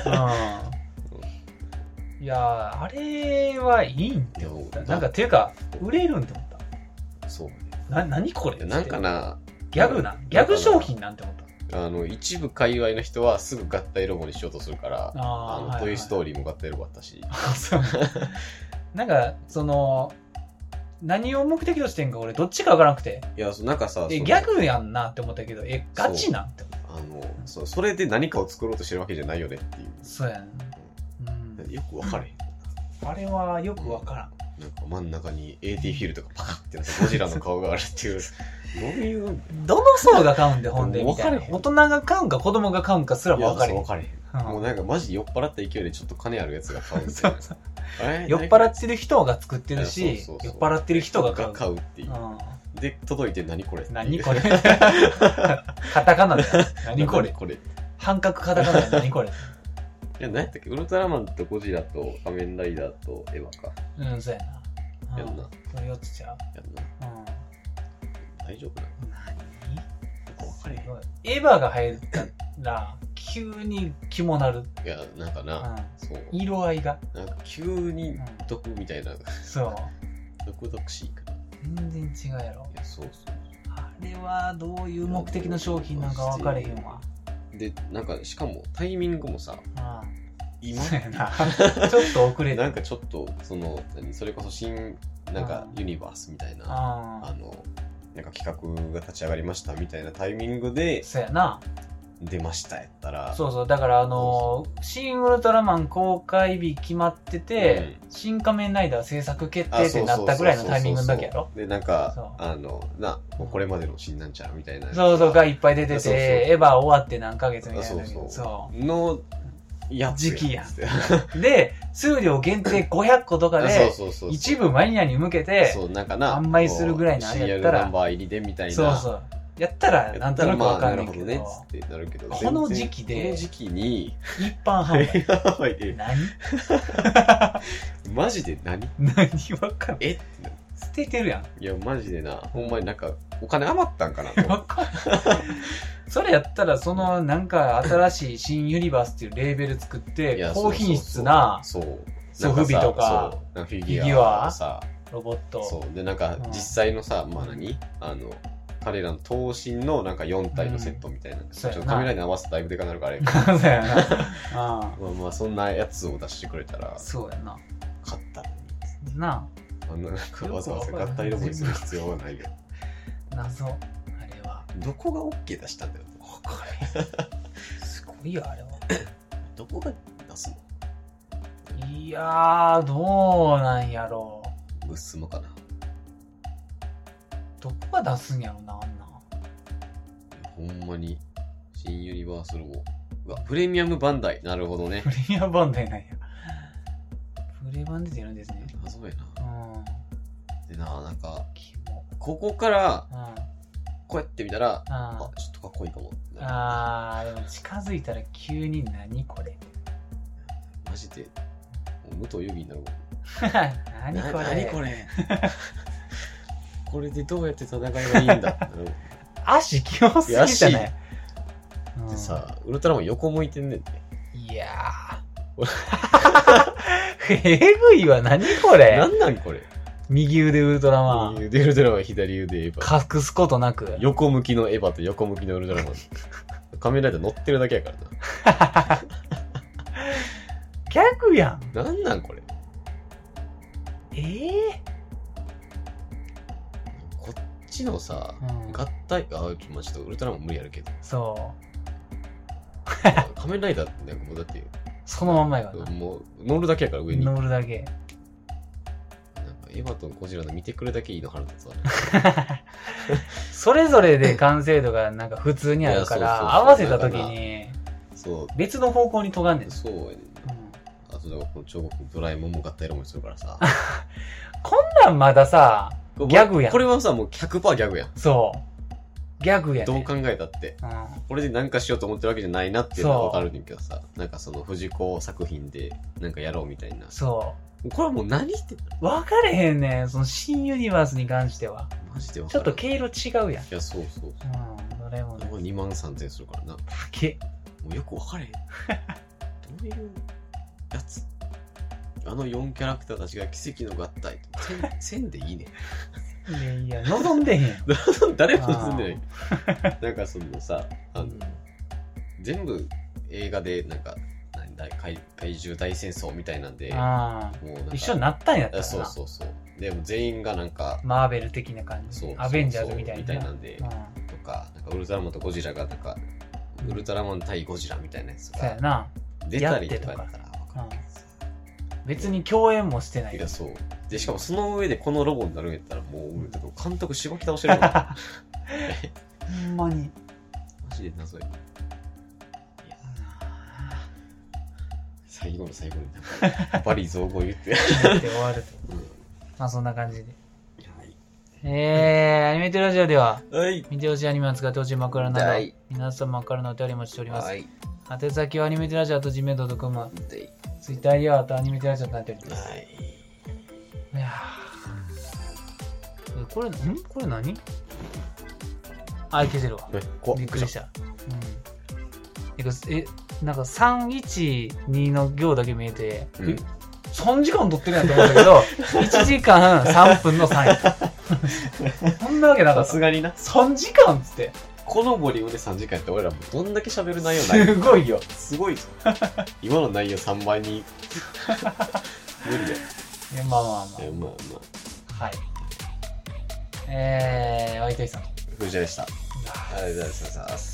A: うん。いやー、あれはいいんって思った。
B: いや
A: なんか、ていうか、売れるんって思っ
B: そうね。
A: た。な、なにこれ
B: いやなんかな、
A: ギャグな。ギャグ商品なんて思った。
B: あの、一部界隈の人はすぐ合体ロボにしようとするから、あの、
A: あーはいはい
B: トイストーリーも合体ロボあったし。
A: そうなんか、その、何を目的としてんか俺どっちかわからなくて。
B: いや、そうなんかさ、
A: え、
B: その
A: ギャグやんなって思ったけど、え、ガチなんって思った。
B: あの、そう、それで何かを作ろうとしてるわけじゃないよねっていう。
A: そうやん。うん。
B: よく分かれへん。
A: あれはよくわからん。
B: なんか真ん中に エーティー フィールドがパカってなってゴジラの顔があるっていう。どういう。
A: どの層が買うんで、ほんで、みたいな
B: 分かれへ。ん
A: 大人が買うんか子供が買うんかすらも分かれへん。
B: 分かれへん。
A: うん
B: もうなんかマジで酔っ払った勢いでちょっと金あるやつが買うみたいうな。
A: そそう
B: え
A: 酔っ払ってる人が作ってる
B: い
A: し
B: やそうそうそう
A: 酔っ払ってる人が買う。
B: 買うっていう。
A: う
B: で、届いて何これ
A: ん。何これカタカナだよ。何これ
B: これ。い
A: 半角カタカナだよ。何これ
B: や、何やったっけウルトラマンとゴジラと仮面ライダーとエヴァか。
A: うん、そうやな。
B: やんな
A: うんそれよっつちゃう。
B: やんな。
A: うん。
B: 大丈夫な
A: 何
B: の分かれへん。い
A: エヴァが入ったら、急に気もなる。
B: や、なんかな、
A: うん。
B: そう。
A: 色合いが。
B: なんか急に毒みたいな、
A: そう。
B: 毒々しいから。
A: 全然違うやろ。
B: いや、そうそう。
A: あれはどういう目的の商品なんか分かれへんわ。
B: で、なんか、しかもタイミングもさ、
A: うん
B: 今
A: そうやな。ちょっと遅れて。
B: なんかちょっと、その、何それこそ新、なんかユニバースみたいな、
A: あ
B: あの、なんか企画が立ち上がりましたみたいなタイミングで
A: そうやな。
B: 出ましたやったら、
A: そうそう。だからあのー、新ウルトラマン公開日決まってて、新仮面ライダー制作決定ってなったぐらいのタイミングの時やろ。
B: で、なん
A: そう
B: か、あの、な、これまでの新なんちゃらみたいな。
A: そうそうがいっぱい出て
B: そうそう
A: て、エヴァ終わって何ヶ月みたいな。
B: そうそう。
A: そ
B: の、やつ
A: 時期や
B: つって
A: う。で、数量限定ごひゃっことか
B: そう
A: で、
B: そうそう。
A: 一部マニアに向けて、
B: そう、なんかな、
A: 販売するぐらいのあれやったら
B: シーエル ナンバー入りでみたいな。
A: そうそう。やったら、
B: や
A: なんと
B: ったらまあ、
A: なくわか
B: なんるほどね、
A: ないけど、
B: つってなるけど。
A: この時期で
B: この時期に、
A: 一般販売。
B: やばいえ
A: 何
B: マジで何
A: 何わかんない。
B: えってなる
A: 捨ててるやん。
B: いや、マジでな、ほんまになんか、お金余ったんかなと思っ
A: わかんない。それやったら、その、なんか、新しい新ユニバースっていうレーベル作っ
B: て。い
A: て
B: や、
A: 高品質な
B: そうそうそう。
A: ソフビとか
B: そうなんかフィギ
A: フィギュ
B: ュア
A: ア
B: をさ、
A: ロボット。
B: そう。で、なんか
A: うん、
B: 実際のさ、まあ何あの、 彼らの頭身のなんかよん体のセットみたいな、うん、ちょっとカメラに合わせてだいぶでかなるからあれ
A: そうやなあ
B: まあまあそんなやつを出してくれたら
A: そうやな
B: 買ったのに
A: な
B: あんななんかわざわざ合体ロボにする必要はないよ
A: 謎あれは
B: どこが OK 出したんだよ
A: 分かるすごいよあれは
B: どこが出す
A: のいやーどうなんやろ
B: うブッスもかな
A: どこが出すんやろなあんな
B: ほんまに新ユニバースロゴうわプレミアムバンダイなるほどね
A: プレミアムバンダイなんやプレバンで出るんですね
B: あそうやな
A: うん
B: でななんかここから
A: うん
B: こうやって見たら
A: うん
B: あちょっとかっこいいかも
A: あーでも近づいたら急に何これ
B: マジでもう武藤由美になるもん
A: 何これ
B: 何これこれでどうやって戦えばいいんだ
A: 足器用すぎじゃない、うん、
B: でさウルトラマン横向いてんねんて
A: いやーえぐいわ何これ
B: なんなんこれ
A: 右腕ウルトラマン
B: 右腕ウルトラマン左腕エヴァ
A: 隠すことなく
B: 横向きのエヴァと横向きのウルトラマン仮面ライダー乗ってるだけやからな
A: ギャグやん
B: なんなんこれ
A: ええ
B: ー、こっちのさ、うん、合体あちょっとまあちょっとウルトラマン無理やるけど
A: そう
B: 仮面ライダーってなんかもうだって
A: そのまんまやから
B: もう乗るだけやから上に
A: 乗るだけ
B: なんかエヴァとゴジラの見てくるだけいいの腹立つわ
A: それぞれで完成度がなんか普通にあるから合わせた時にそう別の方向に尖んねん
B: そうやねん、うん、あとだからこの彫刻ドラえもんも合体ロボにするからさ
A: こんなんまださギャグやん
B: これはさもう ひゃくパーセント ギャグやん
A: そうギャグやね
B: どう考えたって、うん、これで何かしようと思ってるわけじゃないなっていうのは分かるんだけどさなんかその藤子作品でなんかやろうみたいな
A: そう
B: これはもう何って
A: 分かれへんねんその新ユニバースに関しては
B: マジで分かる
A: ちょっと毛色違うやん
B: いやそうそうそう、
A: うん、ドラえもんね
B: にまんさんぜんするからな
A: 高っ
B: もうよく分かれへんどういうやつあのよんキャラクターたちが奇跡の合体せんでいいね
A: いやいや望んでへん
B: 誰も望んでないなんかそのさあの、うん、全部映画でなんか怪, 怪獣大戦争みたいなんで
A: あもうなんか一緒になったんやったらな
B: そうそうそうでも全員がなんか
A: マーベル的な感じそうアベンジャーズみたいな
B: みたいなんで、うん、とかなんかウルトラマンとゴジラがなんか、うん、ウルトラマン対ゴジラみたいなやつが出たりとかだったら分かる、うん、
A: 別に共演もしてない、
B: いやそうでしかもその上でこのロボになるんやったらもう、うん、監督しばき倒してるもん
A: ほんまに
B: マジで謎や最後の最後になんかバリ造語言って
A: 言って終わると、うん、まあそんな感じで、はい、えー、アニメテラジオでは、はい、見てほしいアニメを使ってほしい枕など、はい、皆様からのお便りもしております、はい、宛先はアニメテラジオと ジーメールドットコム、ツイッターにはアニメテラジオとなっております、はい、いやこれんこれ何あ消せるわびっくりした、うん、えなんかさんいちにの行だけ見えて、うん、さんじかん撮ってるやんと思ったけどいちじかんさんぷんのさんやそんなわけなかった。
B: さすがにな
A: さんじかんっつって
B: このボリュームでさんじかんやって俺らもどんだけ喋る内容ない
A: すごいよ
B: すごい今の内容さんばいに無理だよ。
A: いやまあまあまあ、
B: まあま
A: あ、はいえー、ワイトイさん
B: 藤田でした。ありがとうございます。